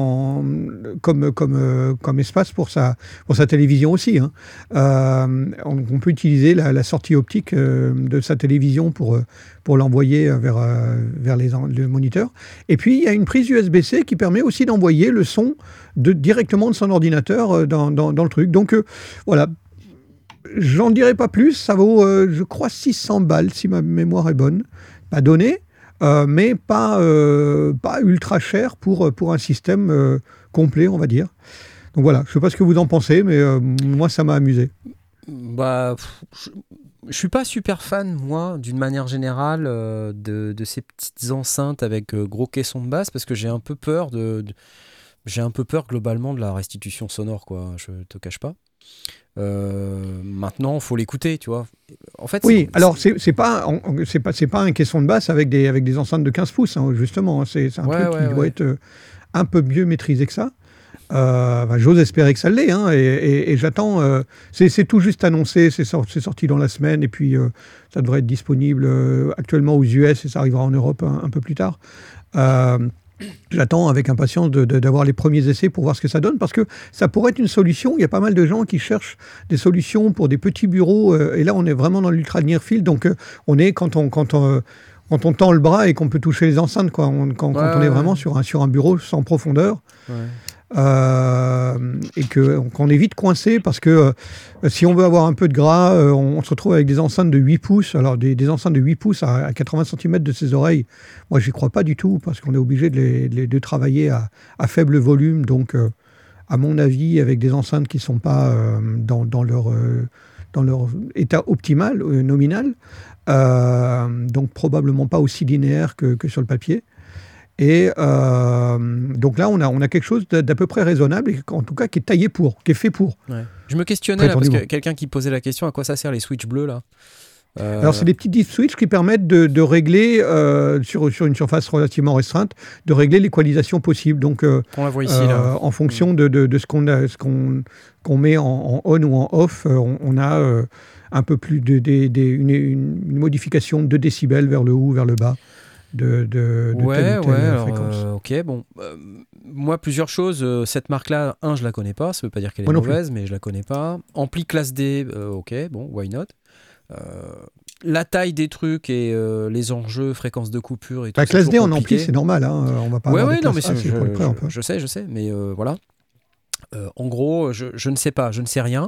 comme espace pour sa télévision aussi. Hein. On peut utiliser la sortie optique de sa télévision pour l'envoyer vers le moniteur. Et puis, il y a une prise USB-C qui permet aussi d'envoyer le son directement de son ordinateur dans le truc. Donc, voilà. J'en dirai pas plus. Ça vaut, je crois, 600 balles, si ma mémoire est bonne. Pas donné, mais pas ultra cher pour un système complet, on va dire. Donc voilà, je ne sais pas ce que vous en pensez, mais moi, ça m'a amusé. Bah, je suis pas super fan, moi, d'une manière générale, de ces petites enceintes avec gros caissons de basse, parce que j'ai un peu peur globalement de la restitution sonore, quoi. Je te cache pas. Maintenant, faut l'écouter, tu vois. En fait, oui, alors c'est pas un caisson de basse avec des enceintes de 15 pouces, hein, justement. Hein, c'est un truc qui doit être un peu mieux maîtrisé que ça. J'ose espérer que ça l'est, hein, et j'attends. C'est tout juste annoncé, c'est sorti dans la semaine, et puis ça devrait être disponible actuellement aux US et ça arrivera en Europe un peu plus tard. J'attends avec impatience d'avoir les premiers essais pour voir ce que ça donne, parce que ça pourrait être une solution. Il y a pas mal de gens qui cherchent des solutions pour des petits bureaux, et là on est vraiment dans l'ultra near field, donc on est quand on tend le bras et qu'on peut toucher les enceintes, quoi. Quand on est vraiment sur un bureau sans profondeur. Ouais. Et qu'on est vite coincé, parce que si on veut avoir un peu de gras, on se retrouve avec des enceintes de 8 pouces. Alors des enceintes de 8 pouces à 80 cm de ses oreilles, moi j'y crois pas du tout, parce qu'on est obligé de travailler à faible volume. Donc à mon avis, avec des enceintes qui sont pas dans leur état optimal, nominal, donc probablement pas aussi linéaire que sur le papier. Et donc là, on a quelque chose d'à peu près raisonnable, et en tout cas qui est taillé pour, qui est fait pour. Ouais. Je me questionnais là, parce que quelqu'un qui posait la question, à quoi ça sert les switches bleus là Alors c'est des petits deep switches qui permettent de régler, sur une surface relativement restreinte, de régler l'équalisation possible. Donc on la voit ici, là. En fonction de ce qu'on met en on ou en off, on a un peu plus une modification de 2 décibels vers le haut ou vers le bas. De telle ou telle fréquence. Ok, bon. Moi, plusieurs choses. Cette marque-là, je la connais pas. Ça veut pas dire qu'elle est mauvaise, mais je la connais pas. Ampli classe D, ok, bon, why not. La taille des trucs et les enjeux, fréquence de coupure et tout. La classe D en ampli, c'est normal. Hein, on va pas avoir non, mais je sais, mais voilà. En gros, je ne sais pas, je ne sais rien.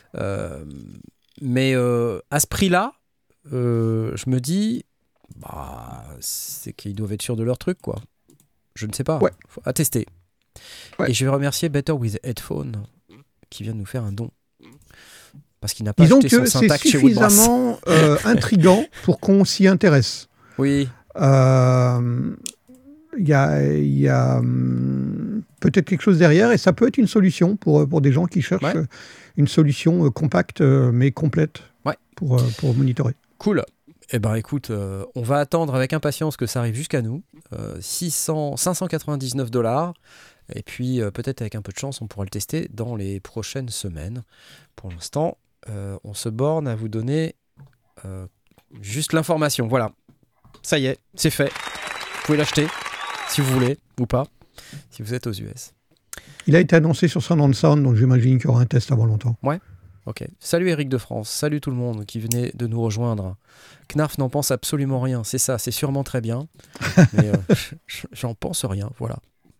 Mais à ce prix-là, je me dis... c'est qu'ils doivent être sûrs de leur truc, quoi. Je ne sais pas. À tester. Ouais. Et je vais remercier Better with Headphone qui vient de nous faire un don. Parce qu'il n'a pas acheté son syntaxe chez Woodbrass. C'est suffisamment intriguant pour qu'on s'y intéresse. Oui. Il y a peut-être quelque chose derrière, et ça peut être une solution pour des gens qui cherchent une solution compacte mais complète pour monitorer. Cool. Eh ben écoute, on va attendre avec impatience que ça arrive jusqu'à nous. 599 $. Et puis peut-être avec un peu de chance, on pourra le tester dans les prochaines semaines. Pour l'instant, on se borne à vous donner juste l'information. Voilà, ça y est, c'est fait. Vous pouvez l'acheter si vous voulez ou pas, si vous êtes aux US. Il a été annoncé sur Sound on Sound, donc j'imagine qu'il y aura un test avant longtemps. Ouais. Ok. Salut Eric de France, salut tout le monde qui venait de nous rejoindre. Knarf n'en pense absolument rien, c'est ça, c'est sûrement très bien, mais j'en pense rien, voilà.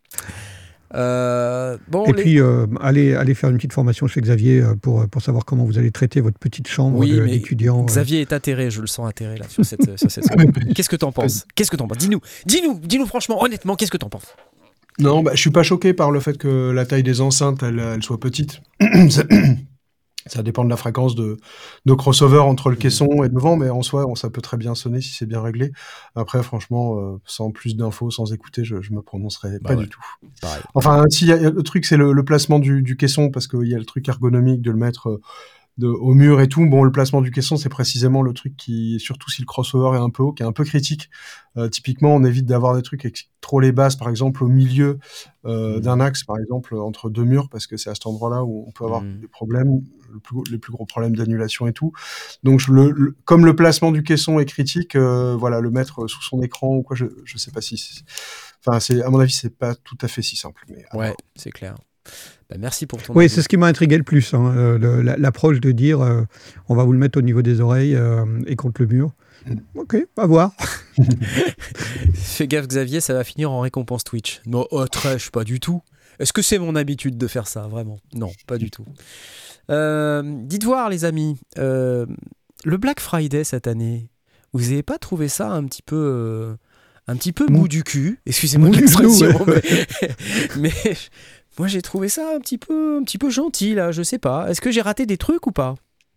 Puis allez faire une petite formation chez Xavier pour savoir comment vous allez traiter votre petite chambre d'étudiant. Xavier est atterré, je le sens atterré là sur cette Qu'est-ce que t'en penses ? Dis-nous franchement, honnêtement, qu'est-ce que t'en penses ? Non, je suis pas choqué par le fait que la taille des enceintes elle soit petite. Ça dépend de la fréquence de crossover entre le caisson et devant, mais en soi, ça peut très bien sonner si c'est bien réglé. Après, franchement, sans plus d'infos, sans écouter, je me prononcerai pas du tout. Pareil. Enfin, si le truc, c'est le placement du caisson, parce qu'il y a le truc ergonomique de le mettre au mur et tout. Bon, le placement du caisson, c'est précisément le truc qui, surtout si le crossover est un peu haut, qui est un peu critique. Typiquement, on évite d'avoir des trucs avec trop les basses, par exemple, au milieu d'un axe, par exemple, entre deux murs, parce que c'est à cet endroit-là où on peut avoir des problèmes, les plus gros problèmes d'annulation et tout. Donc, comme le placement du caisson est critique, voilà, le mettre sous son écran ou quoi, je sais pas si... Enfin, à mon avis, c'est pas tout à fait si simple. Mais ouais, c'est clair. Bah, merci pour ton Oui, avis. c'est ce qui m'a intrigué le plus, hein, l'approche de dire on va vous le mettre au niveau des oreilles et contre le mur. Ok, à voir. Fais gaffe Xavier, ça va finir en récompense Twitch. Non, trèche, pas du tout. Est-ce que c'est mon habitude de faire ça, vraiment? Non, pas du tout. Dites voir les amis, le Black Friday cette année, vous n'avez pas trouvé ça un petit peu mou du cul? Excusez-moi de l'expression, mais moi j'ai trouvé ça un petit peu gentil là, je sais pas. Est-ce que j'ai raté des trucs ou pas?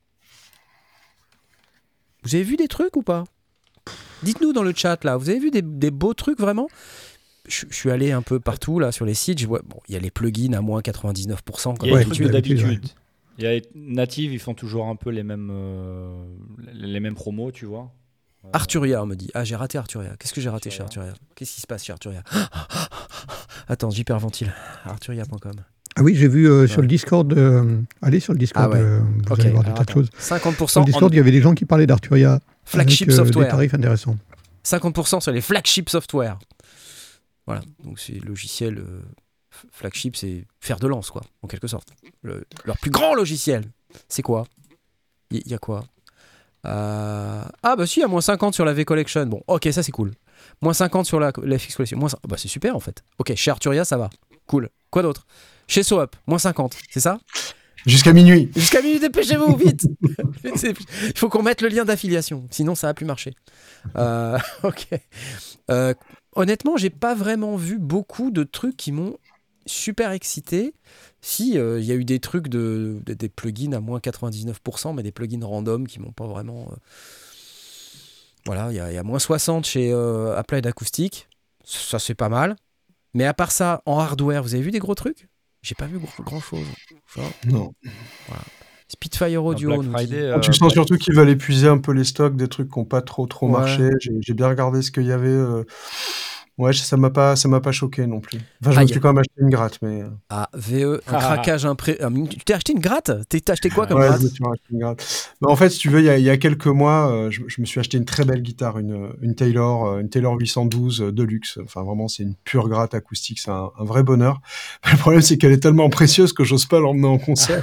Vous avez vu des trucs ou pas? Dites-nous dans le chat là, vous avez vu des beaux trucs vraiment? Je suis allé un peu partout là sur les sites, je vois, bon, il y a les plugins à moins 99%. Il y a des trucs d'habitude. Il y a Native, ils font toujours un peu les mêmes promos, tu vois. Arturia, on me dit. Ah, j'ai raté Arturia. Qu'est-ce que j'ai raté chez Arturia? Qu'est-ce qui se passe chez Arturia? Attends, j'hyperventile. Arturia.com. Ah oui, j'ai vu sur le Discord. Allez sur le Discord, vous allez voir des tas de choses. 50% sur le Discord, il y avait des gens qui parlaient d'Arturia. Flagship avec, software. Des tarifs intéressants. 50% sur les flagship software. Voilà, donc c'est logiciel. Flagship, c'est fer de lance, quoi, en quelque sorte. Leur plus grand logiciel. C'est quoi? Il y a quoi? Ah bah si, il y a moins 50 sur la V-Collection. Bon, ok, ça c'est cool. Moins 50 sur la FX Collection. Bah c'est super en fait. Ok, chez Arturia ça va. Cool. Quoi d'autre? Chez SoUp, moins 50, c'est ça? Jusqu'à minuit. Jusqu'à minuit, dépêchez-vous, vite. Il faut qu'on mette le lien d'affiliation, sinon ça va plus marcher. Ok. Honnêtement, j'ai pas vraiment vu beaucoup de trucs qui m'ont super excité. Si, il y a eu des trucs des plugins à moins 99%, mais des plugins random qui m'ont pas vraiment... Voilà, il y a moins 60 chez Applied Acoustic. Ça, c'est pas mal. Mais à part ça, en hardware, vous avez vu des gros trucs? J'ai pas vu grand-chose. Non. Voilà. Spitfire Audio. Black Friday, tu sens surtout qu'ils veulent épuiser un peu les stocks, des trucs qui n'ont pas trop marché. J'ai bien regardé ce qu'il y avait... Ouais, ça m'a pas choqué non plus. Enfin, je me suis quand même acheté une gratte, mais... Ah, VE, un craquage Tu t'es acheté une gratte? T'as acheté quoi comme gratte? Je me suis acheté une gratte. Mais en fait, si tu veux, il y a quelques mois, je me suis acheté une très belle guitare, une Taylor 812 Deluxe. Enfin, vraiment, c'est une pure gratte acoustique, c'est un vrai bonheur. Mais le problème, c'est qu'elle est tellement précieuse que j'ose pas l'emmener en concert.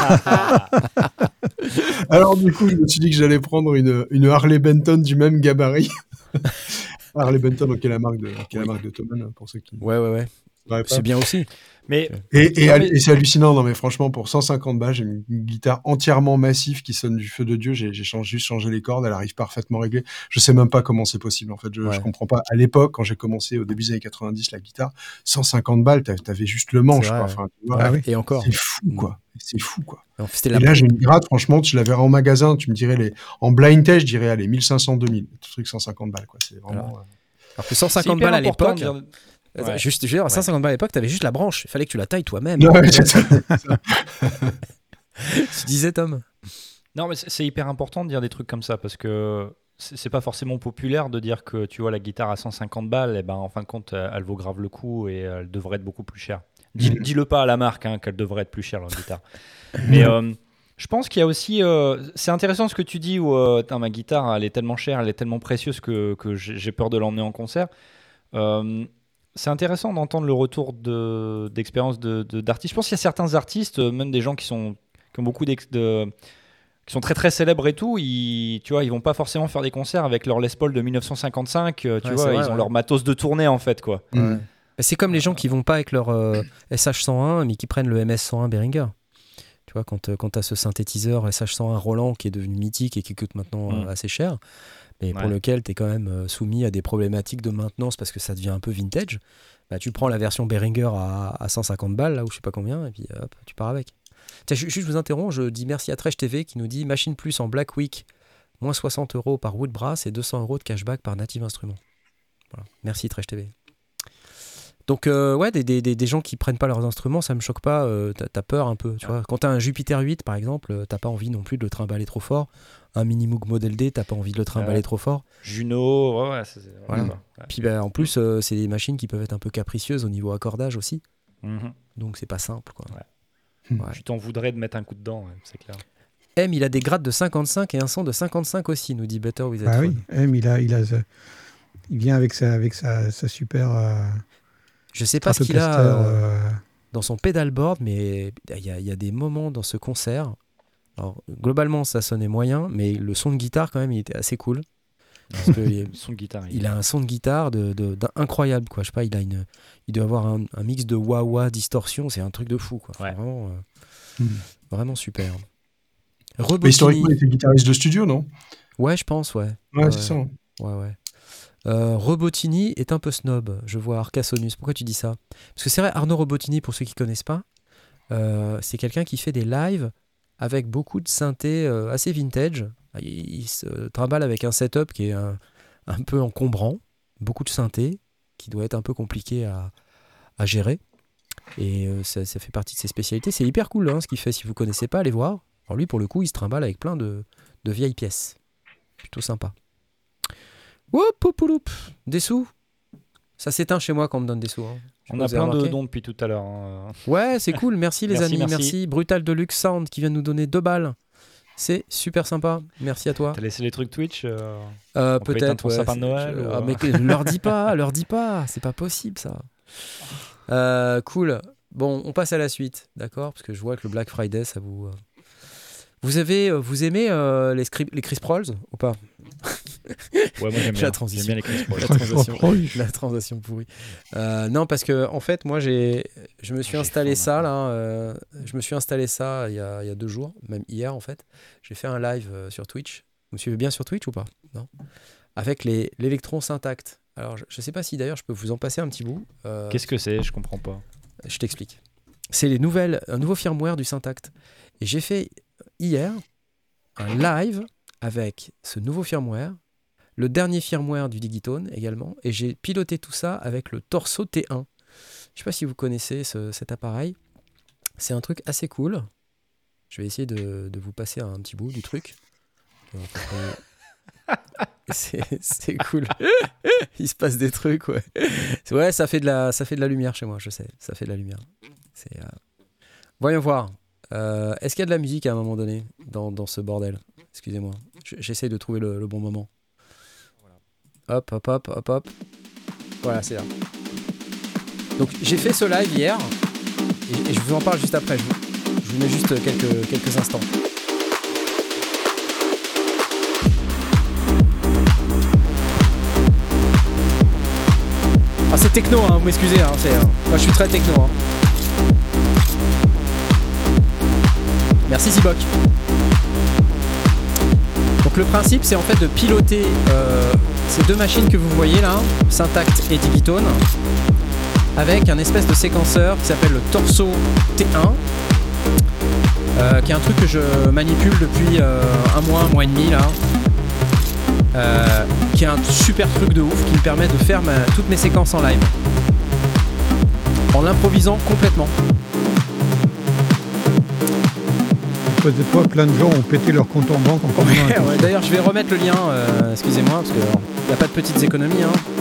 Alors, du coup, je me suis dit que j'allais prendre une Harley Benton du même gabarit. Harley Benton, qui est la marque de Thomann, pour ceux qui... Ouais. C'est bien aussi. Mais... Et c'est hallucinant, non mais franchement, pour 150 balles, j'ai une guitare entièrement massive qui sonne du feu de Dieu. J'ai juste changé les cordes, elle arrive parfaitement réglée. Je sais même pas comment c'est possible, en fait. Je comprends pas. À l'époque, quand j'ai commencé au début des années 90, la guitare, 150 balles, t'avais juste le manche, quoi. Enfin, tu vois, et encore. C'est fou, quoi. C'est fou, quoi. Alors, et là, j'ai une gratte, franchement, tu la verrais en magasin, tu me dirais, en blind test, je dirais, allez, 1500, 2000. Tout truc 150 balles, quoi. C'est vraiment... Alors que 150 balles à l'époque... Ouais. Juste, je veux dire, 150 balles à l'époque, t'avais juste la branche. Il fallait que tu la tailles toi-même. Ouais, c'est ça. Tu disais, Tom? Non, mais c'est hyper important de dire des trucs comme ça parce que c'est pas forcément populaire de dire que tu vois la guitare à 150 balles, et ben en fin de compte, elle vaut grave le coup et elle devrait être beaucoup plus chère. Dis-le pas à la marque qu'elle devrait être plus chère, leur guitare. Mais je pense qu'il y a aussi... c'est intéressant ce que tu dis où ma guitare, elle est tellement chère, elle est tellement précieuse que j'ai peur de l'emmener en concert. C'est intéressant d'entendre le retour d'expérience d'artistes. Je pense qu'il y a certains artistes, même des gens qui ont beaucoup qui sont très très célèbres et tout, ils vont pas forcément faire des concerts avec leur Les Paul de 1955, ils ont leur matos de tournée en fait, quoi. C'est comme les gens qui vont pas avec leur SH101 mais qui prennent le MS101 Behringer. Tu vois, quand tu as ce synthétiseur SH101 Roland qui est devenu mythique et qui coûte maintenant assez cher, mais pour lequel tu es quand même soumis à des problématiques de maintenance parce que ça devient un peu vintage, bah, tu prends la version Behringer à 150 balles, là, ou je sais pas combien, et puis hop, tu pars avec. Tiens, juste je vous interromps, je dis merci à Trèche TV qui nous dit Machine Plus en Black Week, moins 60 € par Woodbrass et 200 € de cashback par Native Instruments. Voilà. Merci Trèche TV. Donc ouais, des gens qui prennent pas leurs instruments, ça me choque pas, t'as peur un peu, tu vois. Quand t'as un Jupiter 8 par exemple, t'as pas envie non plus de le trimballer trop fort. Un Minimoog Model D, t'as pas envie de le trimballer trop fort. Juno, ouais, voilà. Ouais. Puis en plus, c'est des machines qui peuvent être un peu capricieuses au niveau accordage aussi. Donc c'est pas simple, quoi. Ouais. Tu t'en voudrais de mettre un coup dedans, c'est clair. M, il a des grades de 55 et un son de 55 aussi, nous dit Better With It. Ah oui, M, il vient avec sa super. Je sais pas ce qu'il a dans son pedalboard, mais il y a des moments dans ce concert. Alors, globalement, ça sonnait moyen, mais le son de guitare, quand même, il était assez cool. Parce que son de guitare, il a un son de guitare incroyable, quoi. Je sais pas, il doit avoir un mix de wah-wah, distorsion, c'est un truc de fou, quoi. Ouais. Vraiment super. Mais historiquement, il était guitariste de studio, non? Ouais, je pense, ouais. Ouais, c'est ça. Ouais. Robotini est un peu snob, je vois Arcasonus. Pourquoi tu dis ça? Parce que c'est vrai, Arnaud Robotini, pour ceux qui connaissent pas, c'est quelqu'un qui fait des lives avec beaucoup de synthés assez vintage. Il se trimballe avec un setup qui est un peu encombrant, beaucoup de synthés, qui doit être un peu compliqué à gérer. Et ça fait partie de ses spécialités. C'est hyper cool ce qu'il fait. Si vous connaissez pas, allez voir. Alors lui, pour le coup, il se trimballe avec plein de vieilles pièces. Plutôt sympa. Des sous. Ça s'éteint chez moi quand on me donne des sous. On a plein de dons depuis tout à l'heure. Ouais, c'est cool. Merci les amis. Merci. Brutal Deluxe Sound qui vient de nous donner 2 balles. C'est super sympa. Merci à toi. T'as laissé les trucs Twitch peut-être. Ton sapin de Noël mais leur dis pas. C'est pas possible ça. Cool. Bon, on passe à la suite, d'accord? Parce que je vois que le Black Friday, ça vous... Vous aimez les Chris Prolls ou pas? Ouais, moi j'aime bien. La transition. J'aime bien les Chris Prolls. La transition pourrie. Non, parce que en fait, moi, je me suis installé ça là. Je me suis installé ça il y a 2 jours, même hier en fait. J'ai fait un live sur Twitch. Vous me suivez bien sur Twitch ou pas? Non. Avec l'Electron Syntact. Alors, je sais pas si d'ailleurs je peux vous en passer un petit bout. Qu'est-ce que c'est? Je comprends pas. Je t'explique. C'est un nouveau firmware du Syntact. Et j'ai fait hier un live avec ce nouveau firmware, le dernier firmware du Digitone également, et j'ai piloté tout ça avec le Torso T1. Je ne sais pas si vous connaissez cet appareil. C'est un truc assez cool. Je vais essayer de vous passer un petit bout du truc. C'est cool. Il se passe des trucs, ouais. Ouais, ça fait de la lumière chez moi, je sais. Ça fait de la lumière. Voyons voir. Est-ce qu'il y a de la musique à un moment donné dans ce bordel? Excusez-moi. J'essaie de trouver le bon moment. Hop. Voilà, c'est là. Donc j'ai fait ce live hier et je vous en parle juste après. Je vous mets juste quelques instants. Ah, c'est techno, vous m'excusez. Moi, je suis très techno. Merci Zibok. Donc le principe, c'est en fait de piloter ces 2 machines que vous voyez là, Syntact et Digitone, avec un espèce de séquenceur qui s'appelle le Torso T1, qui est un truc que je manipule depuis un mois et demi là, qui est un super truc de ouf qui me permet de faire toutes mes séquences en live, en l'improvisant complètement. Des fois, plein de gens ont pété leur compte en banque en combinant. Ouais, d'ailleurs, je vais remettre le lien, excusez-moi, parce qu'il n'y a pas de petites économies.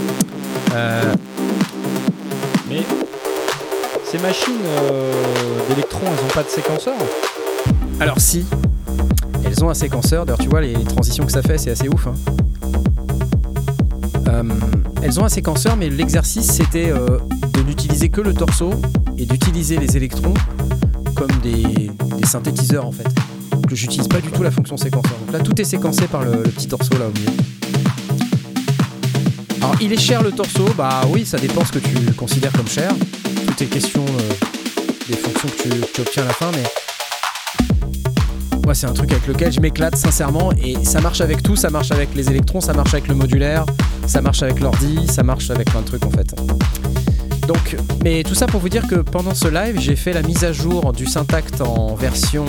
Mais ces machines d'électrons, elles n'ont pas de séquenceur? Alors si, elles ont un séquenceur. D'ailleurs, tu vois, les transitions que ça fait, c'est assez ouf. Elles ont un séquenceur, mais l'exercice, c'était de n'utiliser que le torso et d'utiliser les électrons comme des synthétiseurs en fait. Donc j'utilise pas du tout la fonction séquenceur. Donc là tout est séquencé par le petit torso là au milieu. Alors il est cher le torso, bah oui ça dépend ce que tu considères comme cher. Tout est question des fonctions que tu obtiens à la fin, mais moi c'est un truc avec lequel je m'éclate sincèrement et ça marche avec tout, ça marche avec les électrons, ça marche avec le modulaire, ça marche avec l'ordi, ça marche avec plein de trucs en fait. Donc, mais tout ça pour vous dire que pendant ce live, j'ai fait la mise à jour du Syntact en version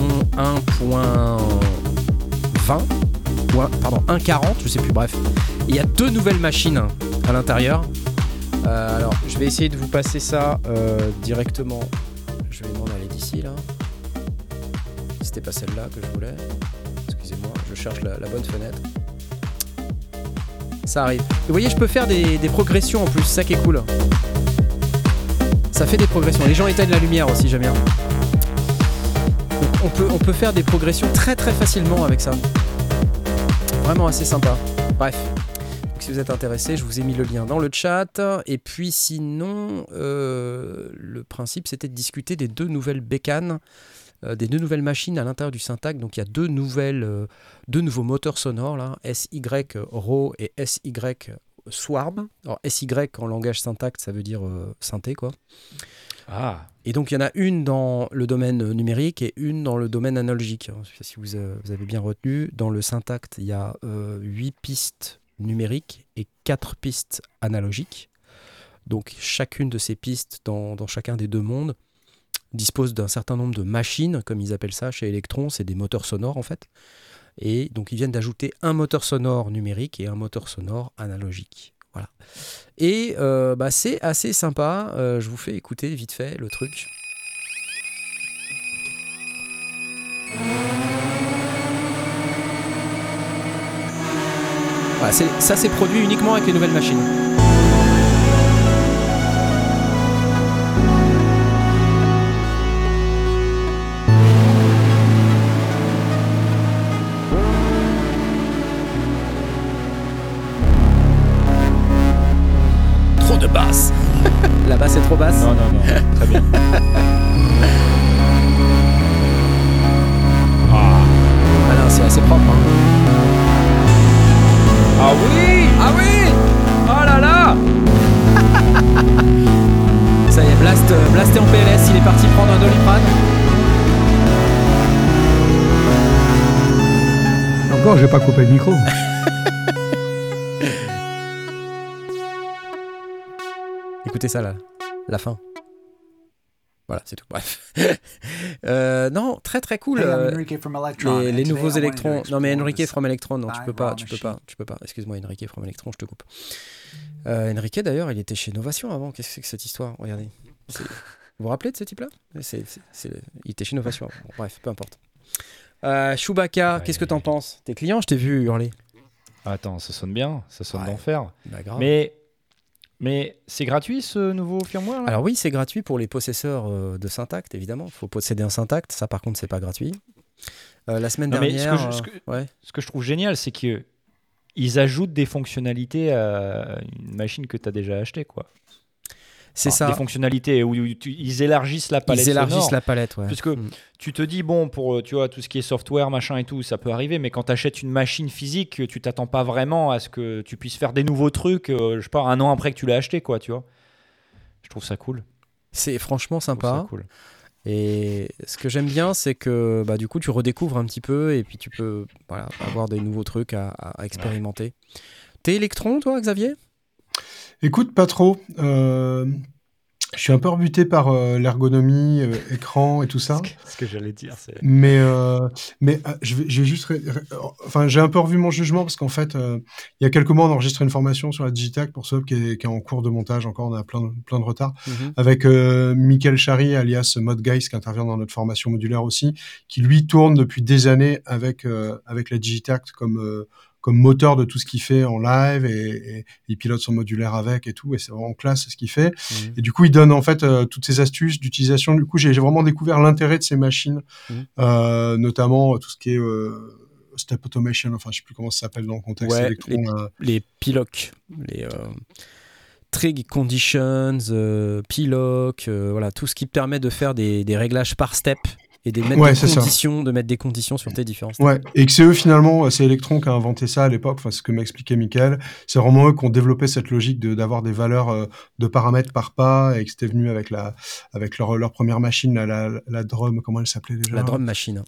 1.20, pardon, 1.40, je sais plus, bref. Il y a 2 nouvelles machines à l'intérieur. Alors, je vais essayer de vous passer ça directement. Je vais m'en aller d'ici, là. C'était pas celle-là que je voulais. Excusez-moi, je cherche la bonne fenêtre. Ça arrive. Vous voyez, je peux faire des progressions en plus, ça qui est cool. Ça fait des progressions. Les gens éteignent la lumière aussi, j'aime bien. Donc on peut faire des progressions très très facilement avec ça. Vraiment assez sympa. Bref. Donc, si vous êtes intéressé, je vous ai mis le lien dans le chat. Et puis sinon, le principe c'était de discuter des 2 nouvelles bécanes, des 2 nouvelles machines à l'intérieur du Syntact. Donc il y a 2 nouveaux moteurs sonores là, SY Raw et SY Swarm. Alors SY en langage Syntact, ça veut dire synthé quoi. Ah. Et donc il y en a une dans le domaine numérique et une dans le domaine analogique. Je ne sais pas si vous avez bien retenu. Dans le Syntact, il y a 8 pistes numériques et 4 pistes analogiques. Donc chacune de ces pistes dans chacun des 2 mondes dispose d'un certain nombre de machines, comme ils appellent ça chez Electron, c'est des moteurs sonores en fait. Et donc ils viennent d'ajouter un moteur sonore numérique et un moteur sonore analogique. Voilà. Et c'est assez sympa. Je vous fais écouter vite fait le truc. Voilà, ça c'est produit uniquement avec les nouvelles machines. De basse. La basse est trop basse. Non, très bien. Ah non, c'est assez propre. Hein. Ah oui. Oh là là. Ça y est, Blast est en PLS, il est parti prendre un Doliprane. Encore, j'ai pas coupé le micro. Écoutez ça là, la fin. Voilà, c'est tout. Bref. Non, très très cool. Les nouveaux électrons. Non mais Enrique from Electron, non, tu peux pas. Excuse-moi, Enrique from Electron, je te coupe. Enrique d'ailleurs, il était chez Novation avant. Qu'est-ce que c'est que cette histoire? Regardez. Vous vous rappelez de ce type-là? Il était chez Novation avant. Bon, bref, peu importe. Chewbacca, qu'est-ce que t'en penses? T'es client, je t'ai vu hurler. Attends, ça sonne bien, ça sonne d'enfer. Bah, grave. Mais c'est gratuit ce nouveau firmware là? Alors oui, c'est gratuit pour les possesseurs de Syntact, évidemment. Il faut posséder un Syntact, ça par contre c'est pas gratuit. La semaine dernière... Ce que je trouve génial, c'est qu'ils ajoutent des fonctionnalités à une machine que tu as déjà achetée, quoi. C'est ça. Des fonctionnalités où ils élargissent la palette. Ils élargissent sonore, la palette, ouais. Puisque tu te dis, bon, pour tu vois, tout ce qui est software, machin et tout, ça peut arriver, mais quand tu achètes une machine physique, tu t'attends pas vraiment à ce que tu puisses faire des nouveaux trucs, je sais pas, 1 an après que tu l'as acheté, quoi, tu vois. Je trouve ça cool. C'est franchement sympa. Cool. Et ce que j'aime bien, c'est que du coup, tu redécouvres un petit peu et puis tu peux avoir des nouveaux trucs à expérimenter. Ouais. T'es Electron, toi, Xavier ? Écoute, pas trop. Je suis un peu rebuté par l'ergonomie, écran et tout ça. Ce que j'allais dire, c'est... Mais je vais juste... j'ai un peu revu mon jugement parce qu'en fait, il y a quelques mois, on a enregistré une formation sur la Digitac pour ceux qui est en cours de montage encore, on a plein de retard, avec Michael Chary, alias Modgeist, qui intervient dans notre formation modulaire aussi, qui lui tourne depuis des années avec la Digitac comme moteur de tout ce qu'il fait en live et il pilote son modulaire avec et tout, et c'est vraiment classe ce qu'il fait. Et du coup, il donne en fait toutes ces astuces d'utilisation. Du coup, j'ai vraiment découvert l'intérêt de ces machines, notamment tout ce qui est step automation, enfin je sais plus comment ça s'appelle dans le contexte Electron. Les PILOC, les trig conditions, PILOC, voilà, tout ce qui permet de faire des réglages par step. Et de mettre des conditions sur tes différents step. Ouais, et que c'est eux finalement, c'est Electron qui a inventé ça à l'époque, enfin, ce que m'expliquait Michael, c'est vraiment eux qui ont développé cette logique d'avoir des valeurs de paramètres par pas, et que c'était venu avec leur première machine, la drum, comment elle s'appelait déjà ? La drum machine.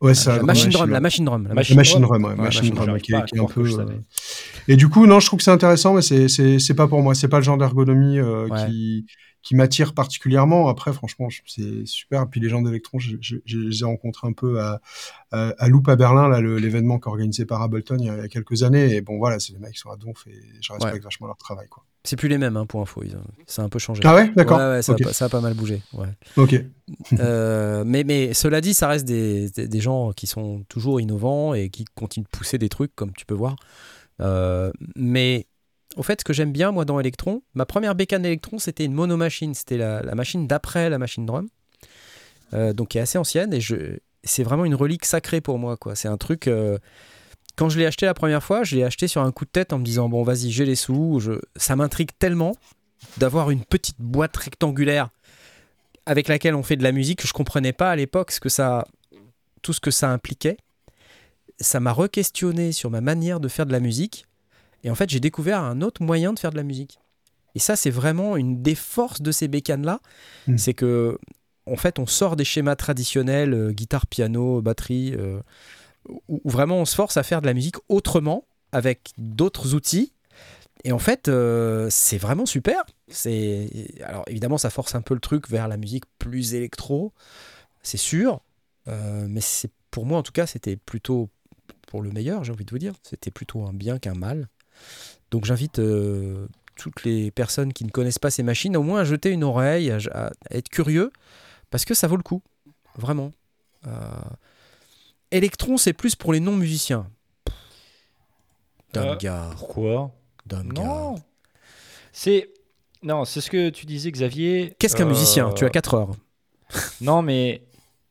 Ouais, ça. La machine drum. La machine drum, qui est un peu. Et du coup, non, je trouve que c'est intéressant, mais c'est pas pour moi. C'est pas le genre d'ergonomie qui m'attire particulièrement. Après, franchement, c'est super. Et puis les gens d'Electron, je les ai rencontrés un peu à Loop à Berlin, là, l'événement organisé par Ableton il y a quelques années. Et bon, voilà, c'est les mecs qui sont à donf et je respecte vachement leur travail, quoi. C'est plus les mêmes, hein, pour info. Ça a un peu changé. Ah ouais, d'accord. Ouais, ça a pas mal bougé. Ouais. Ok. Mais cela dit, ça reste des gens qui sont toujours innovants et qui continuent de pousser des trucs, comme tu peux voir. Mais au fait, ce que j'aime bien, moi, dans Electron, ma première bécane Electron, c'était une monomachine. C'était la machine d'après la machine drum, donc qui est assez ancienne. Et c'est vraiment une relique sacrée pour moi, quoi. C'est un truc... Quand je l'ai acheté la première fois, je l'ai acheté sur un coup de tête en me disant, bon, vas-y, j'ai les sous. Ça m'intrigue tellement d'avoir une petite boîte rectangulaire avec laquelle on fait de la musique. Je comprenais pas à l'époque tout ce que ça impliquait. Ça m'a re-questionné sur ma manière de faire de la musique. Et en fait, j'ai découvert un autre moyen de faire de la musique. Et ça, c'est vraiment une des forces de ces bécanes-là. C'est que, en fait, on sort des schémas traditionnels, guitare, piano, batterie, où vraiment on se force à faire de la musique autrement, avec d'autres outils. Et en fait, c'est vraiment super. Alors évidemment, ça force un peu le truc vers la musique plus électro, c'est sûr. Mais pour moi, en tout cas, c'était plutôt pour le meilleur, j'ai envie de vous dire. C'était plutôt un bien qu'un mal. Donc j'invite toutes les personnes qui ne connaissent pas ces machines au moins à jeter une oreille, à être curieux, parce que ça vaut le coup, vraiment. Electron, c'est plus pour les non-musiciens. Damgard. Pourquoi ? Damgard. Non. C'est ce que tu disais, Xavier. Qu'est-ce qu'un musicien ? Tu as 4 heures. Non, mais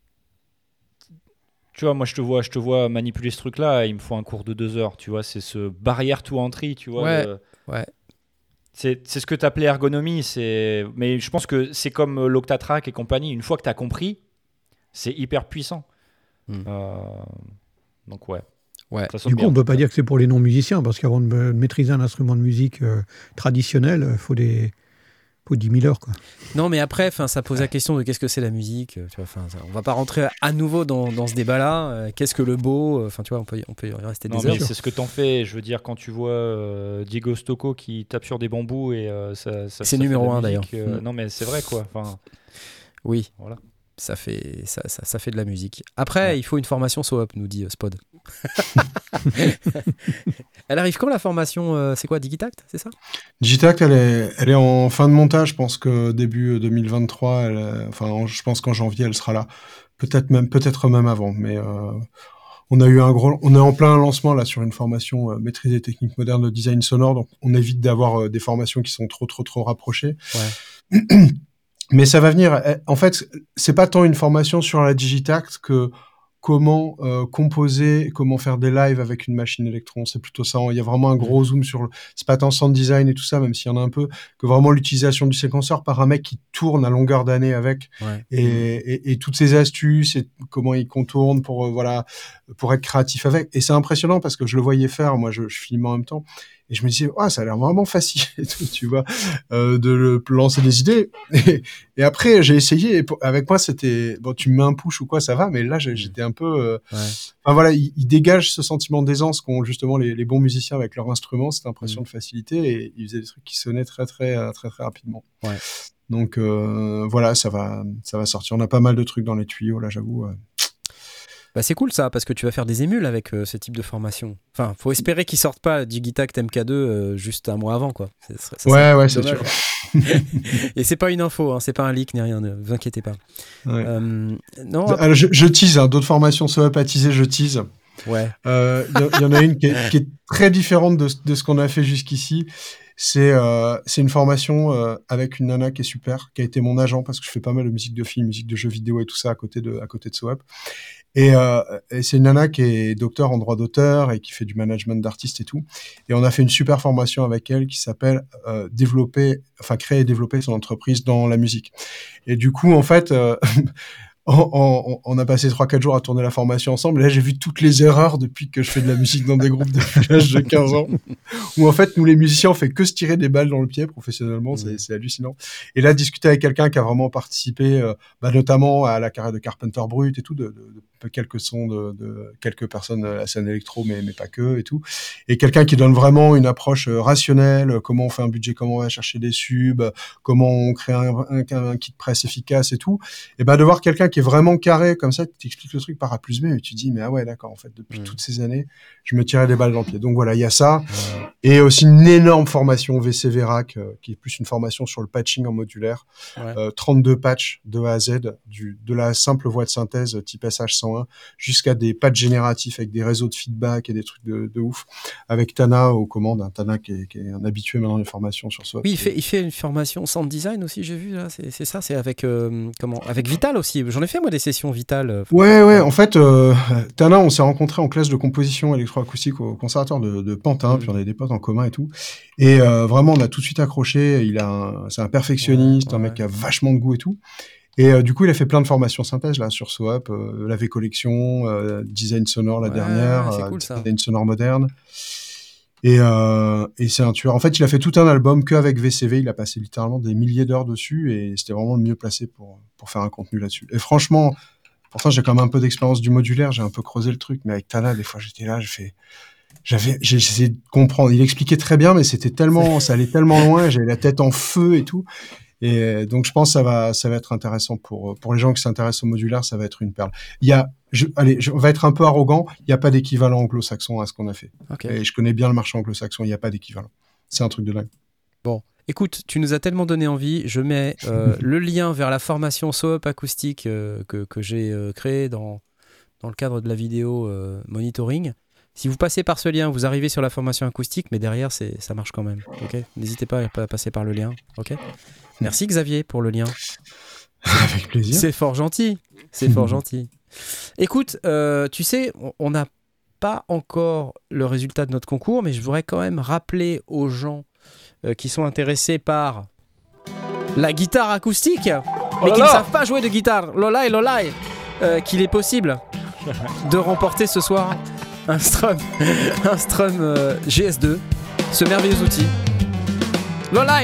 tu vois, moi je te vois manipuler ce truc-là, il me faut un cours de 2 heures, tu vois, c'est ce barrière to entry, tu vois. Ouais. C'est ce que tu appelais ergonomie, mais je pense que c'est comme l'Octatrack et compagnie, une fois que tu as compris, c'est hyper puissant. Donc ouais. Du coup, on ne peut pas dire que c'est pour les non-musiciens, parce qu'avant de maîtriser un instrument de musique traditionnel, il faut 10 000 heures, quoi. Non, mais après, ça pose la question de qu'est-ce que c'est la musique. Tu vois, on ne va pas rentrer à nouveau dans ce débat-là. Qu'est-ce que le beau ? Tu vois, on peut y rester des heures. Mais c'est ce que t'en fais. Je veux dire, quand tu vois Diego Stocco qui tape sur des bambous et c'est numéro 1 d'ailleurs. Non, mais c'est vrai, quoi. Oui. Voilà. Ça fait de la musique. Après, il faut une formation SOAP, nous dit Spod. Elle arrive quand la formation c'est quoi, Digitact, c'est ça ? Digitact, elle est en fin de montage. Je pense que début 2023, je pense qu'en janvier, elle sera là. Peut-être même avant. Mais on est en plein lancement là sur une formation maîtrise des techniques modernes de design sonore. Donc, on évite d'avoir des formations qui sont trop rapprochées. Ouais. Mais ça va venir. En fait, c'est pas tant une formation sur la Digitact que comment composer, comment faire des lives avec une machine Electron. C'est plutôt ça. Il y a vraiment un gros zoom sur c'est pas tant sound design et tout ça, même s'il y en a un peu, que vraiment l'utilisation du séquenceur par un mec qui tourne à longueur d'année avec, et toutes ces astuces et comment il contourne pour être créatif avec. Et c'est impressionnant parce que je le voyais faire. Moi, je filme en même temps. Et je me disais, ça a l'air vraiment facile et tout, tu vois, de lancer des idées. Et après, j'ai essayé. Et avec moi, c'était, bon, tu me mets un push ou quoi, ça va. Mais là, j'étais un peu, il dégage ce sentiment d'aisance qu'ont justement les bons musiciens avec leur instrument, cette impression de facilité. Et il faisait des trucs qui sonnaient très rapidement. Ouais. Donc, ça va sortir. On a pas mal de trucs dans les tuyaux, là, j'avoue. C'est cool ça, parce que tu vas faire des émules avec ce type de formation. Enfin, faut espérer qu'ils sortent pas Digitact MK2 juste un mois avant, quoi. Ouais, c'est sûr. Et c'est pas une info, hein, c'est pas un leak ni rien, ne vous inquiétez pas. Ouais. Non. Alors, je tease, d'autres formations SOAP à teaser, je tease. Ouais. Y en a une qui est très différente de ce qu'on a fait jusqu'ici. C'est une formation avec une nana qui est super, qui a été mon agent parce que je fais pas mal de musique de film, musique de jeux vidéo et tout ça à côté de SOAP. Et c'est une nana qui est docteur en droit d'auteur et qui fait du management d'artistes et tout. Et on a fait une super formation avec elle qui s'appelle créer et développer son entreprise dans la musique. Et du coup, en fait, on a passé 3-4 jours à tourner la formation ensemble. Et là, j'ai vu toutes les erreurs depuis que je fais de la musique dans des groupes depuis l'âge de 15 ans. Où en fait, nous, les musiciens, on fait que se tirer des balles dans le pied professionnellement. C'est hallucinant. Et là, discuter avec quelqu'un qui a vraiment participé, notamment à la carrière de Carpenter Brut et tout, de quelques sons de quelques personnes à la scène électro, mais pas que et tout. Et quelqu'un qui donne vraiment une approche rationnelle, comment on fait un budget, comment on va chercher des subs, comment on crée un kit presse efficace et tout. Et de voir quelqu'un qui est vraiment carré comme ça, qui t'explique le truc par A plus B, et tu dis, mais ah ouais, d'accord, en fait, depuis toutes ces années, je me tirais des balles dans le pied. Donc voilà, il y a ça. Et aussi une énorme formation VCV Rack, qui est plus une formation sur le patching en modulaire. 32 patchs de A à Z, de la simple voix de synthèse type SH101 jusqu'à des patchs génératifs avec des réseaux de feedback et des trucs de ouf. Avec Tana aux commandes, Tana qui est un habitué maintenant des formations sur ça. Oui, il fait une formation sound design aussi, j'ai vu là. C'est ça, c'est avec avec Vital aussi. J'en ai fait moi des sessions Vital. Ouais. En fait, Tana, on s'est rencontrés en classe de composition électroacoustique au conservatoire de Pantin, puis on avait des potes en commun et tout. Et vraiment, on a tout de suite accroché. C'est un perfectionniste, un mec qui a vachement de goût et tout. Et du coup, il a fait plein de formations synthèse là sur SOAP, la V Collection, design sonore la dernière, c'est cool, ça. Design sonore moderne. Et c'est un tueur. En fait, il a fait tout un album qu'avec VCV. Il a passé littéralement des milliers d'heures dessus et c'était vraiment le mieux placé pour faire un contenu là-dessus. Et franchement, pourtant, j'ai quand même un peu d'expérience du modulaire. J'ai un peu creusé le truc, mais avec Tana, des fois, j'étais là, j'ai essayé de comprendre. Il expliquait très bien, mais ça allait tellement loin. J'avais la tête en feu et tout. Et donc, je pense que ça va être intéressant pour les gens qui s'intéressent au modulaire, ça va être une perle. On va être un peu arrogant, il n'y a pas d'équivalent anglo-saxon à ce qu'on a fait. Okay. Et je connais bien le marché anglo-saxon, il n'y a pas d'équivalent. C'est un truc de dingue. Bon, écoute, tu nous as tellement donné envie, je mets le lien vers la formation SOAP acoustique que j'ai créée dans le cadre de la vidéo monitoring. Si vous passez par ce lien, vous arrivez sur la formation acoustique, mais derrière, ça marche quand même. Okay, n'hésitez pas à passer par le lien. Okay. Merci Xavier pour le lien. Avec plaisir. C'est fort gentil. C'est fort gentil. Écoute, tu sais, on n'a pas encore le résultat de notre concours, mais je voudrais quand même rappeler aux gens qui sont intéressés par la guitare acoustique, mais qui ne savent pas jouer de guitare, lolai, qu'il est possible de remporter ce soir un Strum GS2, ce merveilleux outil. Lolai.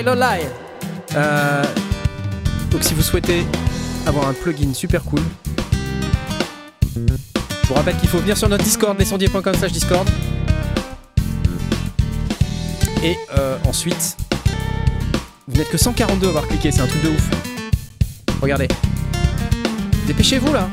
Donc si vous souhaitez avoir un plugin super cool, je vous rappelle qu'il faut venir sur notre Discord, lescendiers.com/Discord. Et ensuite, vous n'êtes que 142 à avoir cliqué, c'est un truc de ouf. Regardez. Dépêchez-vous là.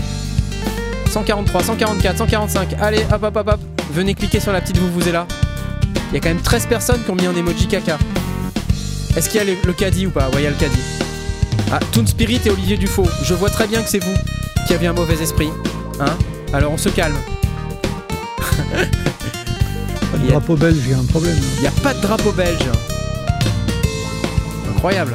143, 144, 145. Allez, hop. Venez cliquer sur la petite vuvuzela. Il y a quand même 13 personnes qui ont mis un emoji caca. Est-ce qu'il y a le caddie ou pas? Ouais, il y a le caddie. Ah, Toon Spirit et Olivier Dufaux. Je vois très bien que c'est vous qui avez un mauvais esprit. Hein? Alors on se calme. Pas de drapeau belge, il y a un problème. Il n'y a pas de drapeau belge. Incroyable.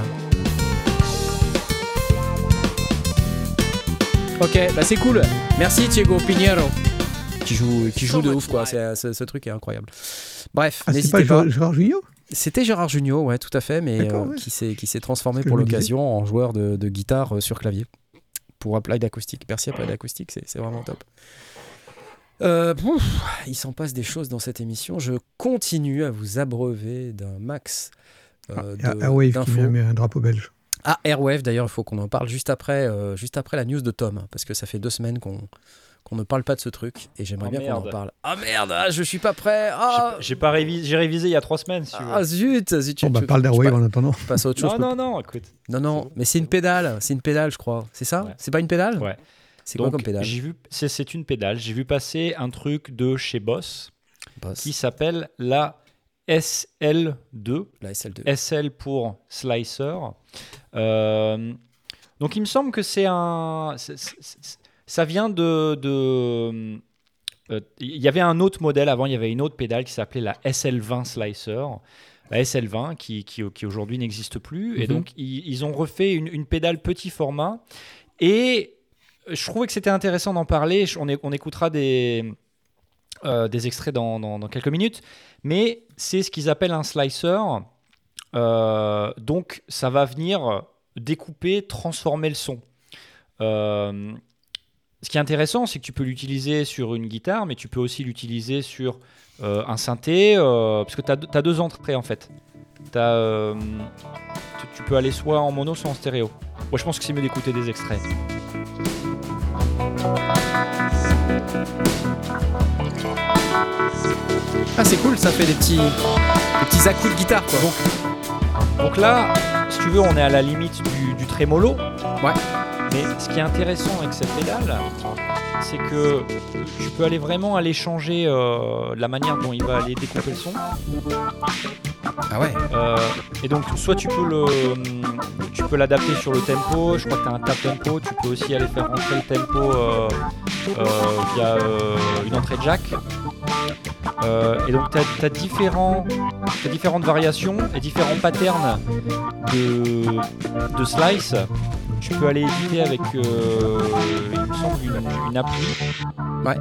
Ok, c'est cool. Merci Diego Pinheiro. Qui joue de ouf quoi. Ce truc est incroyable. Bref, n'hésitez pas. Gérard Jugnot? C'était Gérard Jugnot, ouais, tout à fait, mais qui s'est transformé pour l'occasion en joueur de guitare sur clavier pour Applied Acoustic. Merci Applied Acoustic, c'est vraiment top. Il s'en passe des choses dans cette émission. Je continue à vous abreuver d'un max Airwave qui met un drapeau belge. Ah, Airwave, d'ailleurs, il faut qu'on en parle juste après la news de Tom, parce que ça fait 2 semaines qu'on ne parle pas de ce truc, et j'aimerais bien qu'on en parle. Ah merde, je suis pas prêt. J'ai révisé il y a 3 semaines. Si zut. Parle d'Airwave en attendant. Passe à autre chose. Non, écoute. Non, mais c'est une pédale, je crois. C'est ça? Ouais. C'est pas une pédale? Ouais. C'est quoi comme pédale? C'est une pédale. J'ai vu passer un truc de chez Boss. Qui s'appelle la SL2. La SL2. SL pour Slicer. Donc il me semble que c'est un... Ça vient de il y avait un autre modèle avant, il y avait une autre pédale qui s'appelait la SL20 Slicer. La SL20 qui aujourd'hui n'existe plus. Et donc ils ont refait une pédale petit format. Et je trouvais que c'était intéressant d'en parler. On écoutera des extraits dans quelques minutes. Mais c'est ce qu'ils appellent un slicer. Donc ça va venir découper, transformer le son. Ce qui est intéressant, c'est que tu peux l'utiliser sur une guitare, mais tu peux aussi l'utiliser sur un synthé, parce que tu as deux entrées en fait. Tu peux aller soit en mono, soit en stéréo. Moi, je pense que c'est mieux d'écouter des extraits. Ah, c'est cool, ça fait des petits à-coups de guitare, quoi. Donc là, si tu veux, on est à la limite du trémolo. Ouais. Mais ce qui est intéressant avec cette pédale, c'est que tu peux aller changer la manière dont il va aller découper le son. Ah ouais. Et donc, soit tu peux l'adapter sur le tempo. Je crois que tu as un tap tempo. Tu peux aussi aller faire rentrer le tempo via une entrée jack. Et donc, tu as différentes variations et différents patterns de slice. Tu peux aller éditer avec, il me semble, une appli. Ouais.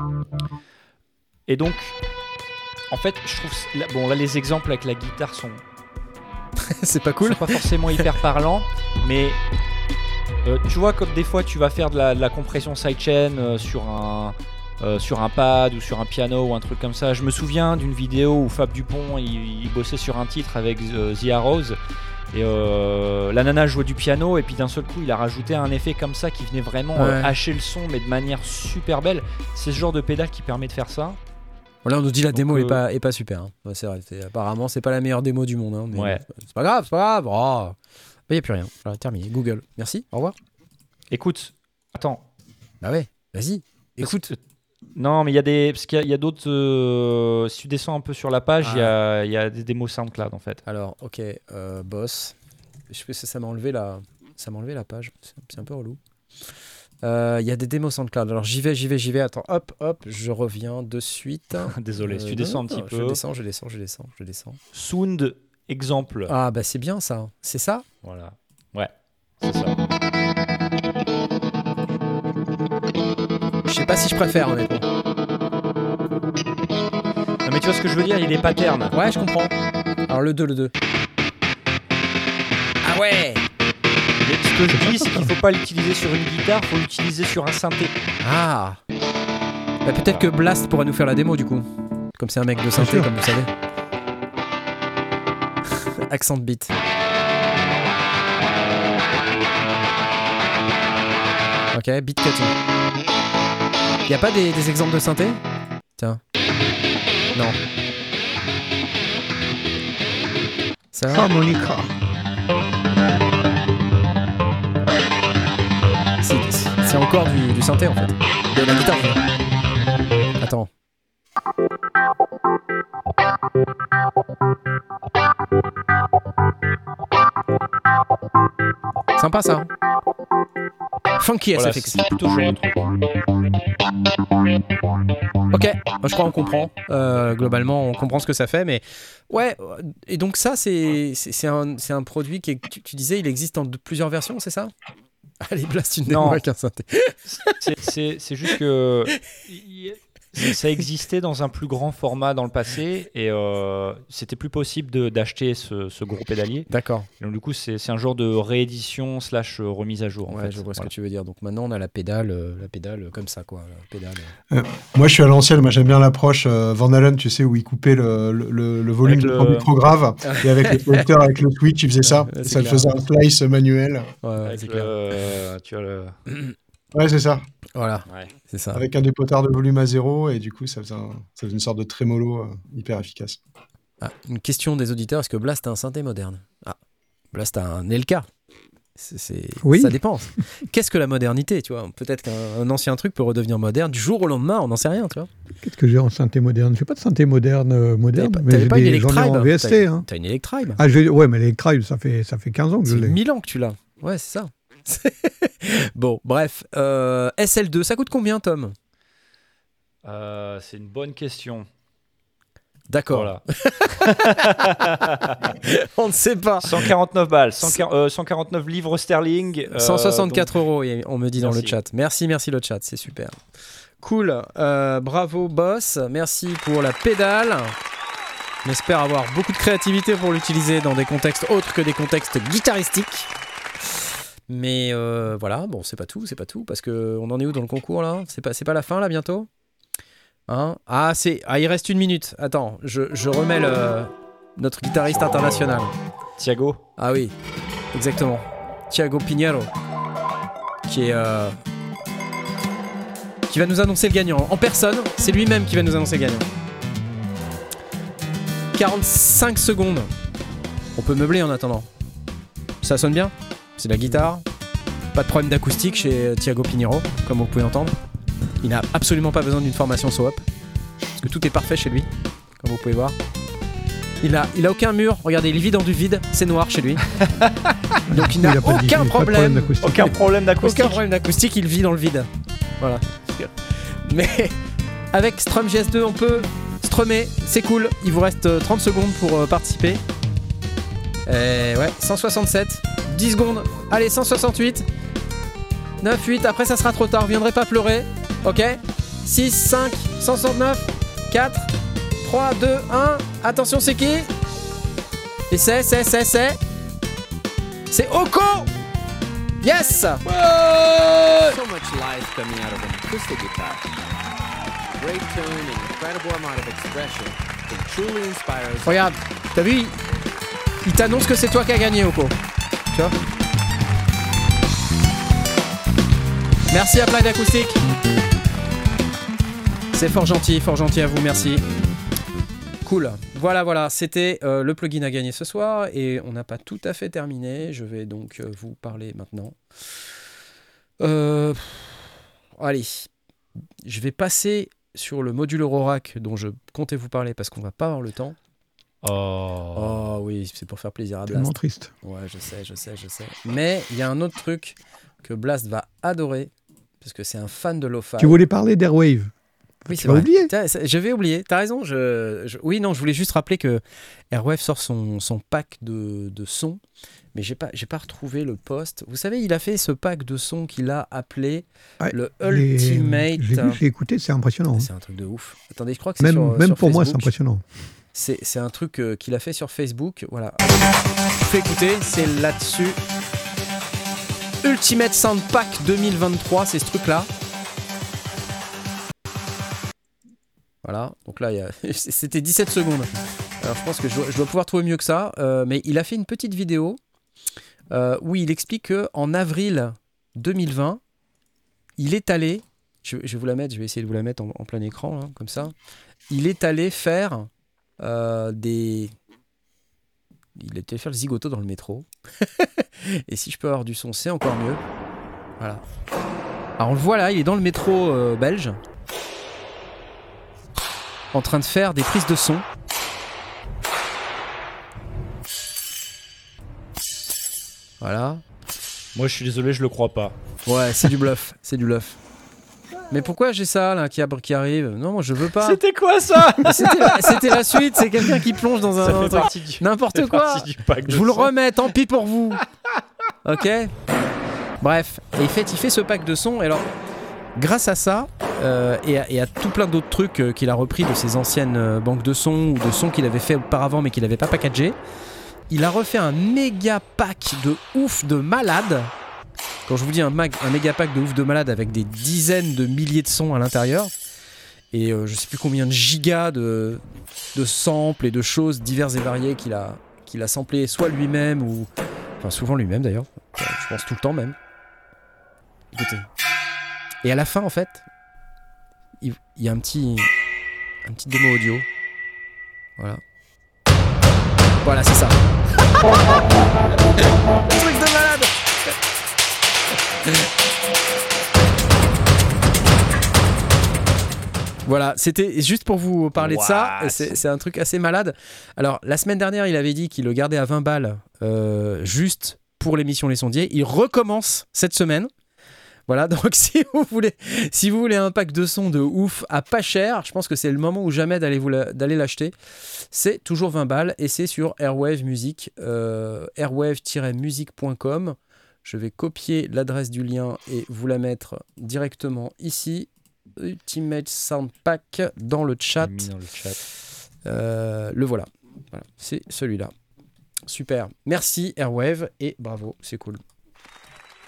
Et donc, en fait, je trouve... Bon, là, les exemples avec la guitare sont... c'est pas cool. Sont pas forcément hyper parlants, mais... tu vois, comme des fois, tu vas faire de la compression sidechain sur un pad ou sur un piano ou un truc comme ça. Je me souviens d'une vidéo où Fab Dupont, il bossait sur un titre avec The Arrows. Et la nana jouait du piano et puis d'un seul coup il a rajouté un effet comme ça qui venait vraiment hacher le son mais de manière super belle. C'est ce genre de pédale qui permet de faire ça. Là on nous dit la démo est pas super, hein. Ouais, c'est vrai, apparemment c'est pas la meilleure démo du monde, hein, mais ouais. C'est pas grave. Oh. Il n'y a plus rien, voilà, terminé. Google, merci, au revoir. Écoute, attends. Bah ouais, vas-y, écoute. Non, mais parce qu'il y a d'autres. Si tu descends un peu sur la page, il y a des démos SoundCloud en fait. Alors, ok, boss. Je sais que ça m'a enlevé la page. C'est un peu relou. Il y a des démos SoundCloud. Alors j'y vais. Attends, hop, je reviens de suite. Désolé, si tu descends un petit peu. Je descends. Sound exemple. Ah bah c'est bien ça. C'est ça ? Voilà. Ouais, c'est ça. Je sais pas si je préfère honnêtement. Non mais tu vois ce que je veux dire, il y a des patterns. Ouais, je comprends. Alors le 2. Ah ouais. Mais ce que je dis, c'est qu'il faut pas l'utiliser sur une guitare, faut l'utiliser sur un synthé. Ah. Bah, peut-être que Blast pourra nous faire la démo du coup. Comme c'est un mec de synthé, comme vous savez. Accent beat. Ok, beat cutting. Y a pas des exemples de synthé ? Tiens. Non. Ça va ? Harmonica. C'est encore du synthé en fait. De la guitare. Attends. Sympa ça. Funky voilà, SFX. C'est plutôt genre de truc. Ok, je crois qu'on comprend. Globalement, on comprend ce que ça fait, mais ouais. Et donc ça, c'est un produit qui, tu disais, il existe en plusieurs versions, c'est ça ? Allez, Blast une démo avec un synthé. C'est juste que ça existait dans un plus grand format dans le passé et c'était plus possible d'acheter ce gros pédalier. D'accord. Donc du coup, c'est un genre de réédition / remise à jour. En fait. Je vois ce que tu veux dire. Donc maintenant, on a la pédale comme ça, quoi. La pédale. Moi, je suis à l'ancienne. Moi, j'aime bien l'approche Van Halen, tu sais, où il coupait le volume de produit trop grave et avec le producteur, avec le switch, il faisait ça. Et ça faisait un slice manuel. Ouais, c'est clair. Tu as le... Ouais, c'est ça. Voilà, c'est ça. Avec un dépotard de volume à 0 et du coup, ça faisait une sorte de trémolo hyper efficace. Ah, une question des auditeurs, est-ce que Blast a un synthé moderne ? Ah, Blast a un LK. Oui. Ça dépend. Qu'est-ce que la modernité, tu vois ? Peut-être qu'un ancien truc peut redevenir moderne du jour au lendemain, on n'en sait rien, tu vois. Qu'est-ce que j'ai en synthé moderne ? Je n'ai pas de synthé moderne, T'avais pas une j'en ai en Electribe ? VST. T'as une Electribe ? Ah, ouais, mais l'Electribe, ça fait 15 ans que je C'est l'ai. 1000 ans que tu l'as. Ouais, c'est ça. Bon, bref. SL2, ça coûte combien, Tom ? C'est une bonne question. D'accord. Voilà. On ne sait pas. 149 balles, 149 livres sterling. 164 euros, on me dit dans Merci. le chat. Merci le chat, c'est super. Cool. Bravo, boss. Merci pour la pédale. On espère avoir beaucoup de créativité pour l'utiliser dans des contextes autres que des contextes guitaristiques. Mais voilà, bon, c'est pas tout, parce que on en est où dans le concours là ? C'est pas la fin là bientôt ? Hein ? Il reste 1 minute. Attends, je remets notre guitariste international. Thiago. Ah oui, exactement. Thiago Pinheiro, qui va nous annoncer le gagnant. En personne, c'est lui-même qui va nous annoncer le gagnant. 45 secondes. On peut meubler en attendant. Ça sonne bien ? C'est de la guitare. Pas de problème d'acoustique chez Thiago Pinheiro, comme vous pouvez entendre. Il n'a absolument pas besoin d'une formation SOAP. Parce que tout est parfait chez lui, comme vous pouvez voir. Il a aucun mur. Regardez, il vit dans du vide. C'est noir chez lui. Donc il n'a aucun problème. Aucun problème d'acoustique. Aucun problème d'acoustique, il vit dans le vide. Voilà. Mais avec Strum GS2, on peut strummer. C'est cool. Il vous reste 30 secondes pour participer. Ouais, 167. 10 secondes. Allez, 168. 9, 8. Après, ça sera trop tard. Vous viendrez pas pleurer. Ok ? 6, 5, 169. 4, 3, 2, 1. Attention, c'est qui ? Et c'est Oko! Yes! So much life coming out of an acoustic guitar. Great tone and incredible amount of expression can truly inspire us. Regarde, t'as vu? Il t'annonce que c'est toi qui as gagné, Oko. Tu vois? Merci à Applied Acoustic. C'est fort gentil à vous, merci. Cool. Voilà, c'était le plugin à gagner ce soir et on n'a pas tout à fait terminé. Je vais donc vous parler maintenant. Allez, je vais passer sur le module Eurorack dont je comptais vous parler parce qu'on va pas avoir le temps. Oh oui, c'est pour faire plaisir à Blast. Tellement triste. Ouais, je sais. Mais il y a un autre truc que Blast va adorer parce que c'est un fan de lo-fi. Tu voulais parler d'Airwave. Oui, tu vas oublier. Je vais oublier, t'as raison. Oui, non, je voulais juste rappeler que Airwave sort son pack de sons, mais j'ai pas retrouvé le post. Vous savez, il a fait ce pack de sons qu'il a appelé le Ultimate. J'ai écouté, c'est impressionnant. C'est un truc de ouf. Attendez, je crois que c'est sur Même sur pour moi, Facebook. c'est impressionnant. C'est un truc qu'il a fait sur Facebook. Voilà. Je vous fais écouter, c'est là-dessus. Ultimate Sound Pack 2023, c'est ce truc-là. Voilà, donc là, c'était 17 secondes. Alors je pense que je dois pouvoir trouver mieux que ça. Mais il a fait une petite vidéo où il explique qu'en avril 2020, il est allé, je vais vous la mettre, je vais essayer de vous la mettre en plein écran, hein, comme ça. Il est allé faire il était faire le zigoto dans le métro. Et si je peux avoir du son, c'est encore mieux. Voilà. Alors on le voit là, il est dans le métro belge, en train de faire des prises de son. Voilà. Moi, je suis désolé, je le crois pas. Ouais, c'est du bluff. Mais pourquoi j'ai ça là qui arrive ? Non, moi je veux pas. C'était quoi ça ? C'était la suite, c'est quelqu'un qui plonge dans un Ça fait truc. partie du N'importe quoi. Je vous le remets, tant pis pour vous. Ok. Bref, et il fait ce pack de sons. Et alors, grâce à ça et à tout plein d'autres trucs qu'il a repris de ses anciennes banques de sons ou de sons qu'il avait fait auparavant mais qu'il n'avait pas packagé, il a refait un méga pack de ouf de malade. Quand je vous dis un méga pack de ouf de malade avec des dizaines de milliers de sons à l'intérieur et je sais plus combien de gigas de samples et de choses diverses et variées qu'il a samplé soit lui-même ou enfin souvent lui-même d'ailleurs, je pense tout le temps même. Écoutez. Et à la fin en fait, il y a un petit démo audio. Voilà, c'est ça. Truc de malade. Voilà, c'était juste pour vous parler de ça. C'est un truc assez malade. Alors, la semaine dernière, il avait dit qu'il le gardait à 20 balles juste pour l'émission Les Sondiers. Il recommence cette semaine. Voilà, donc si vous voulez un pack de sons de ouf à pas cher, je pense que c'est le moment ou jamais d'aller l'acheter. C'est toujours 20 balles et c'est sur Airwave Music, airwave-music.com. Je vais copier l'adresse du lien et vous la mettre directement ici. Ultimate Sound Pack dans le chat. Le voilà, c'est celui-là. Super. Merci Airwave et bravo, c'est cool.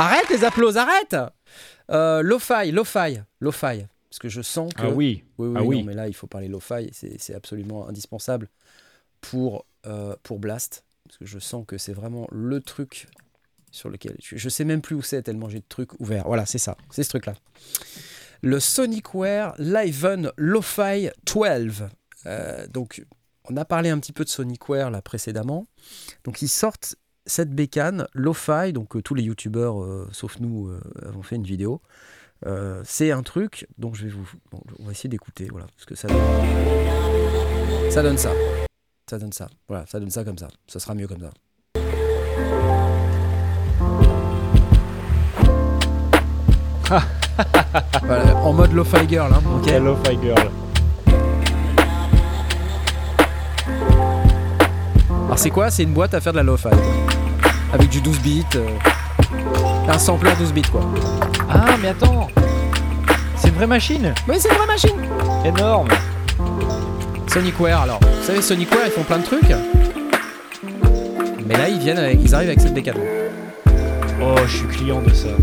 Arrête les applauses, arrête. Lo-fi. Parce que je sens que... Ah oui. Oui, Ah oui. non, mais là, il faut parler lo-fi. C'est absolument indispensable pour Blast. Parce que je sens que c'est vraiment le truc sur lequel... Je sais même plus où c'est, tellement j'ai de trucs ouverts. Voilà, c'est ça. C'est ce truc-là. Le Sonicware Liven Lo-Fi 12. Donc, on a parlé un petit peu de Sonicware là précédemment. Donc, ils sortent cette bécane Lo-Fi. Donc, tous les youtubeurs, sauf nous, avons fait une vidéo. C'est un truc dont on va essayer d'écouter. Voilà, parce que ça donne ça. Ça donne ça. Voilà, ça donne ça comme ça. Ça sera mieux comme ça. Voilà, en mode Lo-Fi Girl, hein. Ok. Lo-Fi Girl. Alors c'est quoi? C'est une boîte à faire de la Lo-Fi. Avec du 12 bits. Un sampler 12 bits quoi. Ah, mais attends. C'est une vraie machine. Oui, c'est une vraie machine. Énorme. Sonicware alors. Vous savez, Sonicware, ils font plein de trucs. Mais là, ils arrivent avec cette bécane. Oh, je suis client de ça.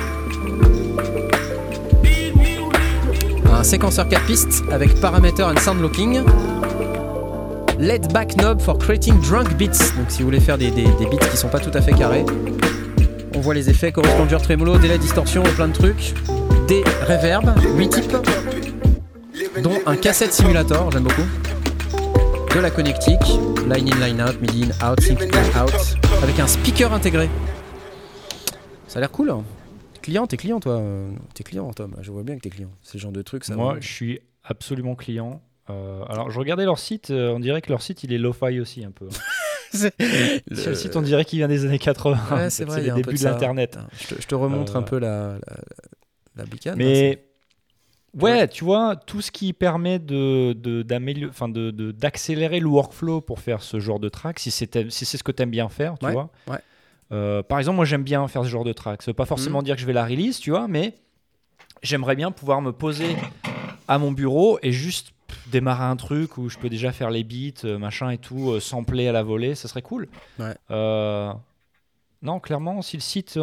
Un séquenceur 4 pistes avec parameter and sound locking. LED back knob for creating drunk beats. Donc si vous voulez faire des beats qui sont pas tout à fait carrés. On voit les effets, correspondeur tremolo, délai, distorsion et plein de trucs. Des reverbs, 8 types. Dont un cassette simulator, j'aime beaucoup. De la connectique, line in, line out, midi in, out, sync in, out. Avec un speaker intégré. Ça a l'air cool hein. T'es client toi. T'es client Tom, je vois bien que t'es client. C'est le genre de trucs ça. Moi, je suis absolument client. Alors, je regardais leur site, on dirait que leur site, il est lo-fi aussi un peu. Sur le site, on dirait qu'il vient des années 80. Ouais, c'est vrai, c'est le début de l'Internet. Je te remontre un peu la bécane. Mais ouais, tu vois, tout ce qui permet d'accélérer le workflow pour faire ce genre de track, si c'est ce que tu aimes bien faire, tu vois. Ouais. Par exemple, moi, j'aime bien faire ce genre de track. Ça veut pas forcément dire que je vais la release, tu vois, mais j'aimerais bien pouvoir me poser à mon bureau et juste démarrer un truc où je peux déjà faire les beats, machin et tout, sampler à la volée, ça serait cool. Ouais. Non, clairement, si le site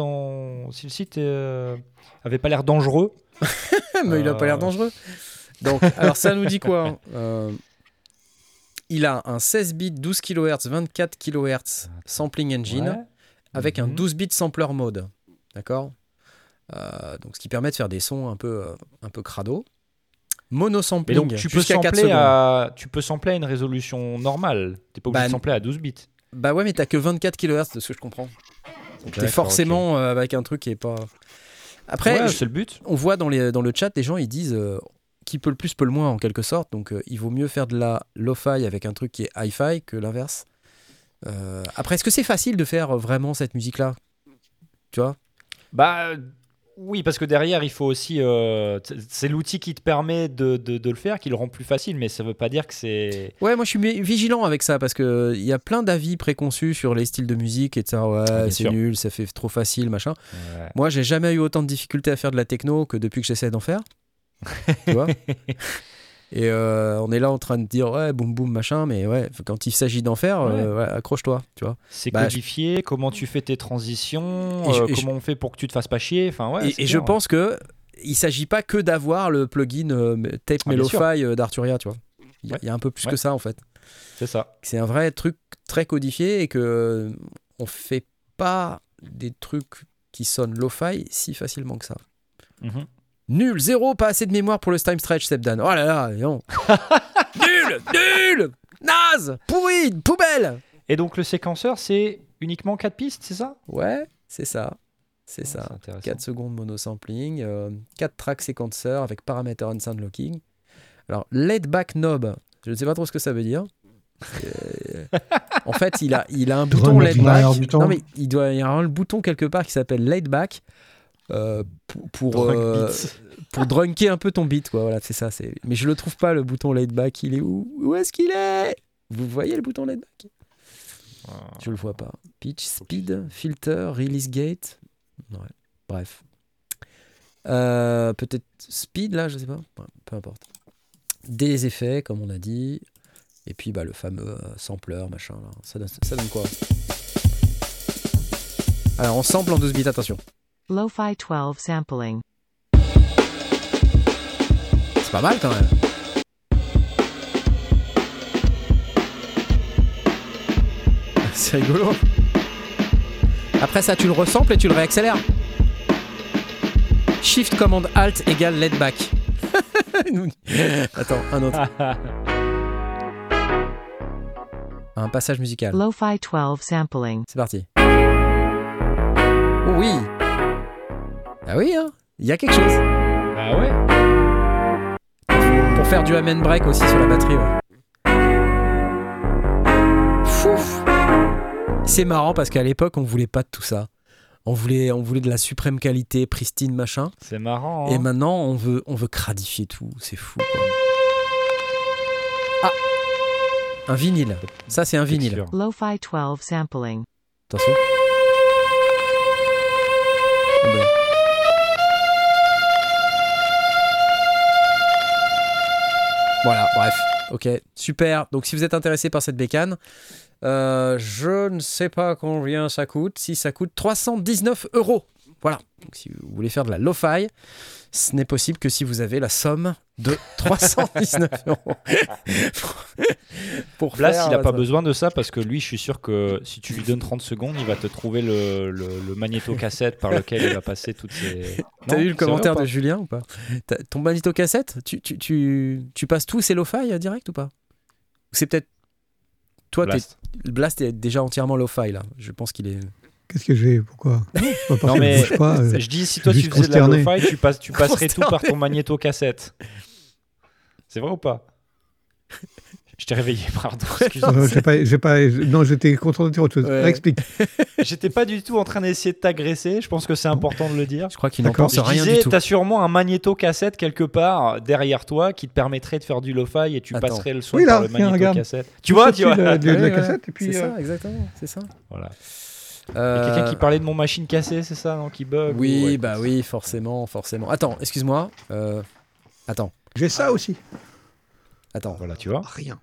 avait pas l'air dangereux. Mais il a pas l'air dangereux. Donc, alors ça nous dit quoi il a un 16 bits 12 kHz, 24 kHz sampling engine avec un 12 bits sampler mode. D'accord donc ce qui permet de faire des sons un peu crado. Mono sampling. Donc tu peux sampler à une résolution normale. T'es pas obligé de sampler à 12 bits. Bah ouais, mais t'as que 24 kHz de ce que je comprends. Donc t'es forcément avec un truc qui est pas. Après, c'est le but. On voit dans le chat, les gens ils disent qui peut le plus peut le moins en quelque sorte. Donc il vaut mieux faire de la lo-fi avec un truc qui est hi-fi que l'inverse. Après, est-ce que c'est facile de faire vraiment cette musique-là? Tu vois? Bah oui, parce que derrière, il faut aussi. C'est l'outil qui te permet de le faire, qui le rend plus facile, mais ça veut pas dire que c'est. Ouais, moi je suis vigilant avec ça parce que il y a plein d'avis préconçus sur les styles de musique et de ça. Ouais, c'est nul, ça fait trop facile, machin. Ouais. Moi, j'ai jamais eu autant de difficultés à faire de la techno que depuis que j'essaie d'en faire. Tu vois? Et on est là en train de dire ouais boum boum machin, mais ouais quand il s'agit d'en faire accroche-toi, tu vois. C'est codifié, comment tu fais tes transitions, comment on fait pour que tu te fasses pas chier, enfin ouais. Et je pense que il s'agit pas que d'avoir le plugin Tape Mello-Fi d'Arturia, tu vois. Il y a un peu plus que ça en fait. C'est ça. C'est un vrai truc très codifié et que on fait pas des trucs qui sonnent lo-fi si facilement que ça. Nul, zéro, pas assez de mémoire pour le time stretch, Sebdan. Oh là là, non. Nul, naze, pourri, poubelle. Et donc le séquenceur, c'est uniquement 4 pistes, c'est ça? Ouais, c'est ça. C'est ça. 4 secondes mono-sampling, 4 tracks séquenceurs avec parameter and sound locking. Alors, laid back knob, je ne sais pas trop ce que ça veut dire. En fait, il a un bouton laid back. Non, mais il doit y avoir un bouton quelque part qui s'appelle laid back. Pour drunker un peu ton beat quoi, voilà, c'est ça, mais je le trouve pas le bouton laid back, il est où est-ce qu'il est? Vous voyez le bouton laid back? Je le vois pas. Pitch, speed, filter, release gate, ouais. Bref, peut-être speed là, je sais pas, ouais, peu importe. Des effets comme on a dit, et puis le fameux sampler machin là. Ça donne quoi? Alors on sample en 12 bits, attention. Lo-fi 12 sampling. C'est pas mal quand même. C'est rigolo. Après ça, tu le resamples et tu le réaccélères. Shift Command Alt égale let back. Attends, un autre. Un passage musical. Lo-fi 12 sampling. C'est parti. Oh oui. Ah oui, hein. Il y a quelque chose. Bah ouais. Pour faire du amen break aussi sur la batterie. Ouais. Fouf. C'est marrant parce qu'à l'époque, on voulait pas de tout ça. On voulait de la suprême qualité, pristine, machin. C'est marrant. Et Hein. maintenant, on veut cradifier tout. C'est fou, quoi. Ah, un vinyle. Ça, c'est un vinyle. Texture. Lo-fi 12 sampling. Attention. Ah ben. Voilà, bref. Ok, super. Donc, si vous êtes intéressé par cette bécane, je ne sais pas combien ça coûte. Si ça coûte 319 €. Voilà. Donc, si vous voulez faire de la lo-fi, ce n'est possible que si vous avez la somme de 319 €. Pour Blas, faire, il n'a pas ça. besoin de ça parce que lui, je suis sûr que si tu lui donnes 30 secondes, il va te trouver le magnéto-cassette par lequel il va passer toutes ces. T'as Non, eu le c'est vrai commentaire ou pas de Julien ou pas? Ton magnéto-cassette, tu passes tous ces lo-fi direct ou pas? Ou c'est peut-être. Toi, Blast. Blast est déjà entièrement lo-fi là. Je pense qu'il est. Qu'est-ce que j'ai? Pourquoi? Pas parce Non, que mais- je bouge pas, Je dis, si toi juste tu faisais de la consterné. lo-fi, tu passerais tout par Consterné. ton magnéto-cassette. C'est vrai ou pas? Je t'ai réveillé, pardon. Excuse-moi. Non, j'étais content de dire autre chose. Ouais. Explique. J'étais pas du tout en train d'essayer de t'agresser. Je pense que c'est important de le dire. Je crois qu'il n'en D'accord. pense Je rien disais, du tout. t'as sûrement un magnéto-cassette quelque part derrière toi qui te permettrait de faire du lo-fi et tu Attends. passerais le son Oui, là, par le tiens, regarde. magnéto-cassette. Tu vois, Sorti de la Ouais, ouais, cassette et puis. C'est ça, exactement. C'est ça. Voilà. Il y a quelqu'un qui parlait de mon machine cassée, c'est ça, non, qui bug Oui, ou- ouais, bah oui, forcément. Attends, excuse-moi. Attends. J'ai ça aussi. Attends. Voilà, tu vois. Rien.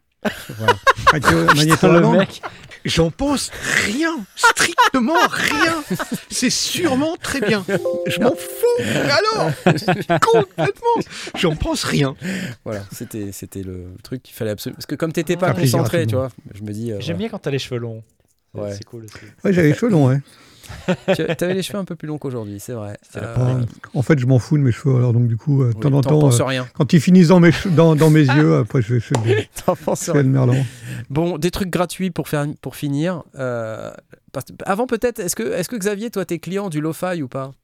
Magnéto le avant. mec. J'en pense rien, strictement rien. C'est sûrement très bien. Je m'en fous. Alors, complètement. J'en pense rien. Voilà, c'était le truc qu'il fallait absolument. Parce que comme t'étais pas Faire plaisir à concentré, tout tu le vois, je me dis. J'aime bien quand t'as les cheveux longs. Ouais. C'est cool aussi. Ouais, j'avais les cheveux longs, ouais. T'avais les cheveux un peu plus longs qu'aujourd'hui, c'est vrai. En fait, je m'en fous de mes cheveux, alors donc du coup, de Oui, temps en t'en temps, penses rien. quand ils finissent dans mes yeux, après je fais T'en penses le rien. merlan. Bon, des trucs gratuits pour finir. Avant peut-être, est-ce que Xavier, toi, t'es client du lo-fi ou pas?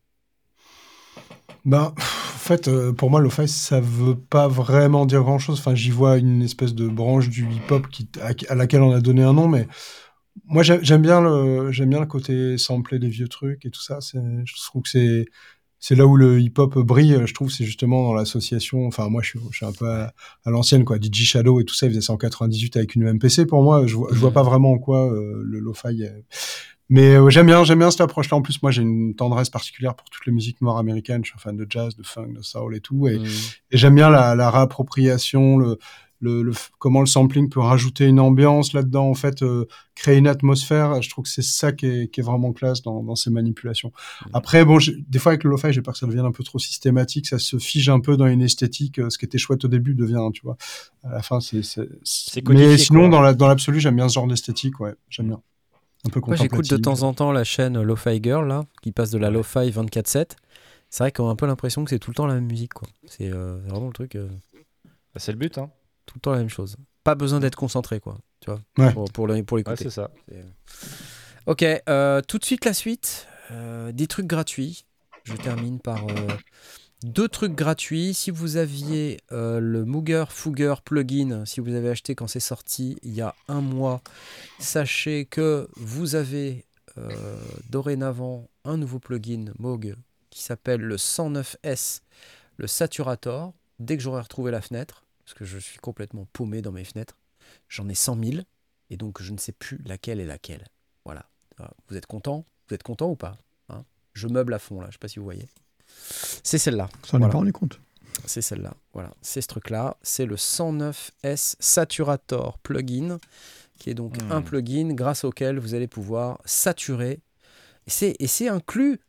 Bah, en fait, pour moi, lo-fi, ça veut pas vraiment dire grand-chose. Enfin, j'y vois une espèce de branche du hip-hop à laquelle on a donné un nom, mais moi, j'aime bien le côté sampler des vieux trucs et tout ça. Je trouve que c'est là où le hip-hop brille. Je trouve c'est justement dans l'association. Enfin, moi, je suis un peu à l'ancienne, quoi. DJ Shadow et tout ça, il faisait ça en 98 avec une MPC. Pour moi, je vois pas vraiment en quoi le lo-fi est. Mais j'aime bien cette approche-là. En plus, moi, j'ai une tendresse particulière pour toutes les musiques noires américaines. Je suis un fan de jazz, de funk, de soul et tout. Et j'aime bien la réappropriation, comment le sampling peut rajouter une ambiance là-dedans, en fait, créer une atmosphère. Je trouve que c'est ça qui est vraiment classe dans ces manipulations. Après, bon, des fois avec le lo-fi, j'ai peur que ça devienne un peu trop systématique, ça se fige un peu dans une esthétique. Ce qui était chouette au début devient, tu vois, à la fin, c'est codifié, mais sinon, quoi. dans l'absolu, j'aime bien ce genre d'esthétique, ouais, j'aime bien. Un peu Moi, j'écoute de contemplative. temps en temps la chaîne Lo-Fi Girl, là, qui passe de la Lo-Fi 24/7. C'est vrai qu'on a un peu l'impression que c'est tout le temps la même musique, quoi. C'est vraiment le truc, Bah, c'est le but, hein. tout le temps la même chose. Pas besoin d'être concentré, quoi. Tu vois, Ouais. pour Ouais, l'écouter. c'est ça. Ok, tout de suite la suite. Des trucs gratuits. Je termine par 2 trucs gratuits. Si vous aviez le Fugger plugin, si vous avez acheté quand c'est sorti il y a 1 mois, sachez que vous avez dorénavant un nouveau plugin Moog qui s'appelle le 109S, le Saturator. Dès que j'aurai retrouvé la fenêtre, parce que je suis complètement paumé dans mes fenêtres, j'en ai 100 000 et donc je ne sais plus laquelle est laquelle. Voilà. Vous êtes content? Vous êtes content ou pas, hein? Je meuble à fond là, je sais pas si vous voyez. C'est celle-là. Ça n'en est Voilà. pas rendu compte. C'est celle-là. Voilà, c'est ce truc-là. C'est le 109S Saturator plugin, qui est donc un plugin grâce auquel vous allez pouvoir saturer. Et c'est inclus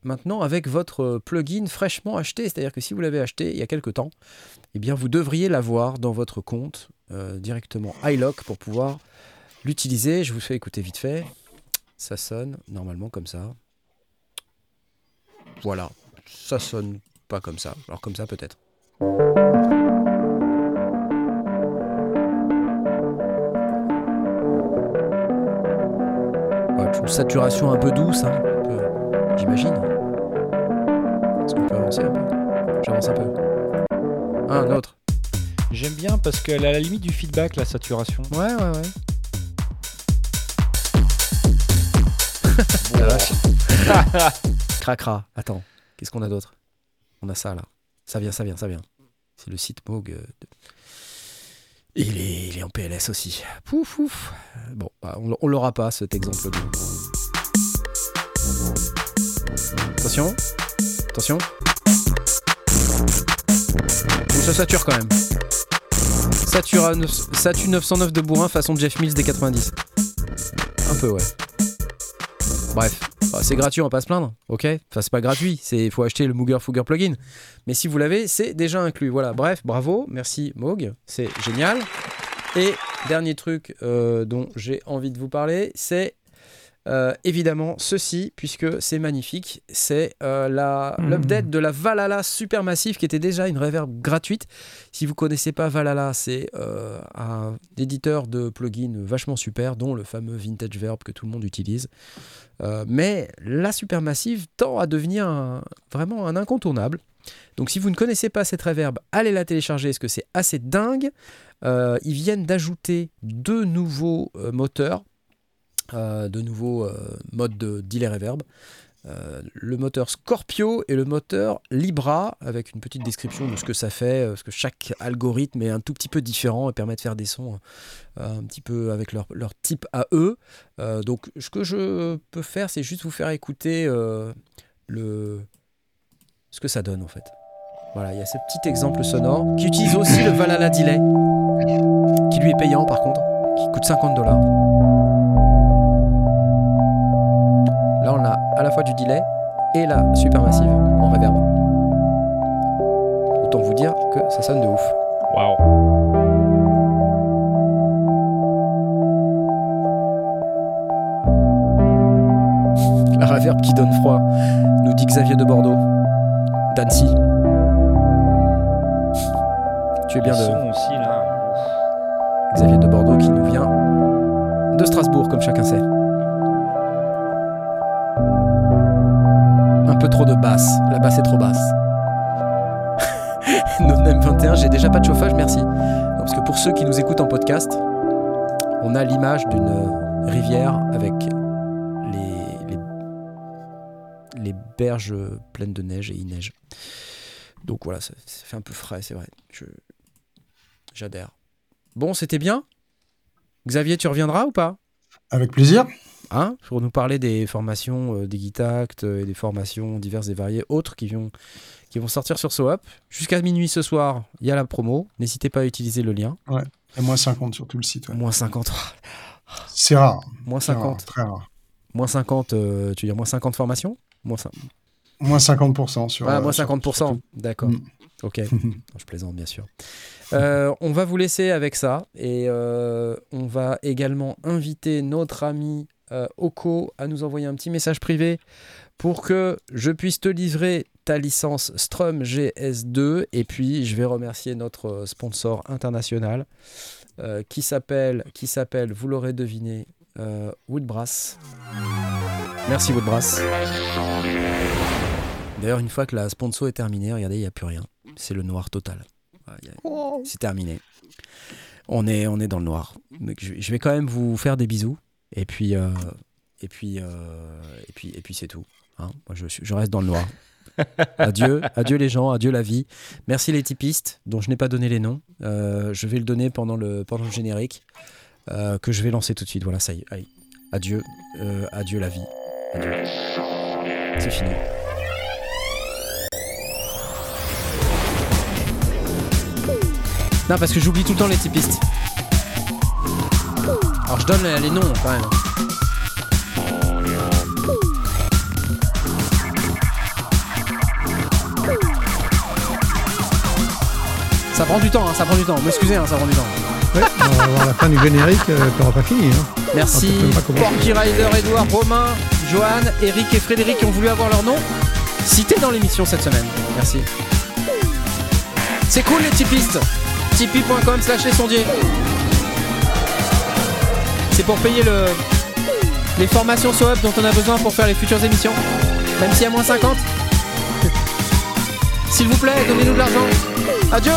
maintenant avec votre plugin fraîchement acheté. C'est-à-dire que si vous l'avez acheté il y a quelque temps, eh bien vous devriez l'avoir dans votre compte directement iLok pour pouvoir l'utiliser. Je vous fais écouter vite fait. Ça sonne normalement comme ça. Voilà, ça sonne pas comme ça. Alors comme ça peut-être. Une saturation un peu douce, hein, j'imagine. Est-ce qu'on peut avancer un peu ? J'avance un peu. Un autre. J'aime bien parce qu'elle a la limite du feedback, la saturation. Ouais. La vache. Cracra. Attends, qu'est-ce qu'on a d'autre ? On a ça là. Ça vient. C'est le site Moog. Il est en PLS aussi. Pouf. Bon, bah, on l'aura pas cet exemple. Attention. Ça sature quand même. Satu 909 de bourrin façon Jeff Mills des 90. Un peu, ouais. Bref, c'est gratuit, on va pas se plaindre, ok ? Enfin, c'est pas gratuit, il faut acheter le Mooger Fooger plugin. Mais si vous l'avez, c'est déjà inclus. Voilà, bref, bravo, merci Moog, c'est génial. Et dernier truc dont j'ai envie de vous parler, c'est évidemment ceci, puisque c'est magnifique. C'est l'update de la Valhalla Supermassive qui était déjà une reverb gratuite. Si vous connaissez pas Valhalla, c'est un éditeur de plugins vachement super, dont le fameux Vintage Verb que tout le monde utilise. Mais la Supermassive tend à devenir vraiment un incontournable. Donc si vous ne connaissez pas cette reverb, allez la télécharger parce que c'est assez dingue. Ils viennent d'ajouter 2 nouveaux moteurs, de nouveaux modes de delay reverb. Le moteur Scorpio et le moteur Libra, avec une petite description de ce que ça fait, parce que chaque algorithme est un tout petit peu différent et permet de faire des sons un petit peu avec leur type à eux. Donc ce que je peux faire, c'est juste vous faire écouter ce que ça donne en fait. Voilà, il y a ce petit exemple sonore qui utilise aussi le Valhalla Delay, qui lui est payant par contre, qui coûte $50. Là, on a à la fois du delay et la Supermassive en reverb. Autant vous dire que ça sonne de ouf. Waouh. La reverb qui donne froid, nous dit Xavier de Bordeaux. d'Annecy. Tu es bien de... aussi, là. Xavier de Bordeaux qui nous vient de Strasbourg, comme chacun sait. Un peu trop de basse. La basse est trop basse. Notre M21, j'ai déjà pas de chauffage, merci. Non, parce que pour ceux qui nous écoutent en podcast, on a l'image d'une rivière avec les berges pleines de neige et il neige. Donc voilà, ça fait un peu frais, c'est vrai. J'adhère. Bon, c'était bien. Xavier, tu reviendras ou pas ? Avec plaisir. Hein, pour nous parler des formations des Gitact et des formations diverses et variées autres qui vont sortir sur SoUp. Jusqu'à minuit ce soir, il y a la promo. N'hésitez pas à utiliser le lien. Ouais. Et moins 50 sur tout le site. Ouais. Moins 50. C'est rare. Moins 50. Rare, très rare. Moins 50, tu veux dire moins 50 formations ? Moins 50% sur... Ah, moins 50%, sur d'accord. Ok, non, je plaisante bien sûr. On va vous laisser avec ça et on va également inviter notre ami Oko à nous envoyer un petit message privé pour que je puisse te livrer ta licence Strum GS2 et puis je vais remercier notre sponsor international qui s'appelle, vous l'aurez deviné, Woodbrass. Merci Woodbrass. D'ailleurs, une fois que la sponsor est terminée, regardez, il n'y a plus rien. C'est le noir total. C'est terminé. On est dans le noir. Donc, je vais quand même vous faire des bisous. Et puis c'est tout. Hein, moi, je reste dans le noir. Adieu les gens, adieu la vie. Merci les typistes, dont je n'ai pas donné les noms. Je vais le donner pendant le générique, que je vais lancer tout de suite. Voilà, ça y est. Allez. Adieu la vie. Adieu. C'est fini. Non, parce que j'oublie tout le temps les typistes. Alors je donne les noms quand même. Ça prend du temps, ça prend du temps. M'excusez, ça prend du temps. Ouais, on va voir la fin du générique, t'auras pas fini. Hein. Merci. Porky Rider, Edouard, Romain, Johan, Eric et Frédéric qui ont voulu avoir leur nom cité dans l'émission cette semaine. Merci. C'est cool les tipistes. tipeee.com/lesondiers. C'est pour payer les formations SOUP dont on a besoin pour faire les futures émissions. Même s'il y a moins 50. S'il vous plaît, donnez-nous de l'argent. Adieu.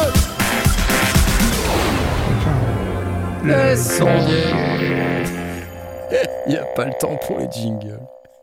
Les sondiers. Il n'y a pas le temps pour les jingles.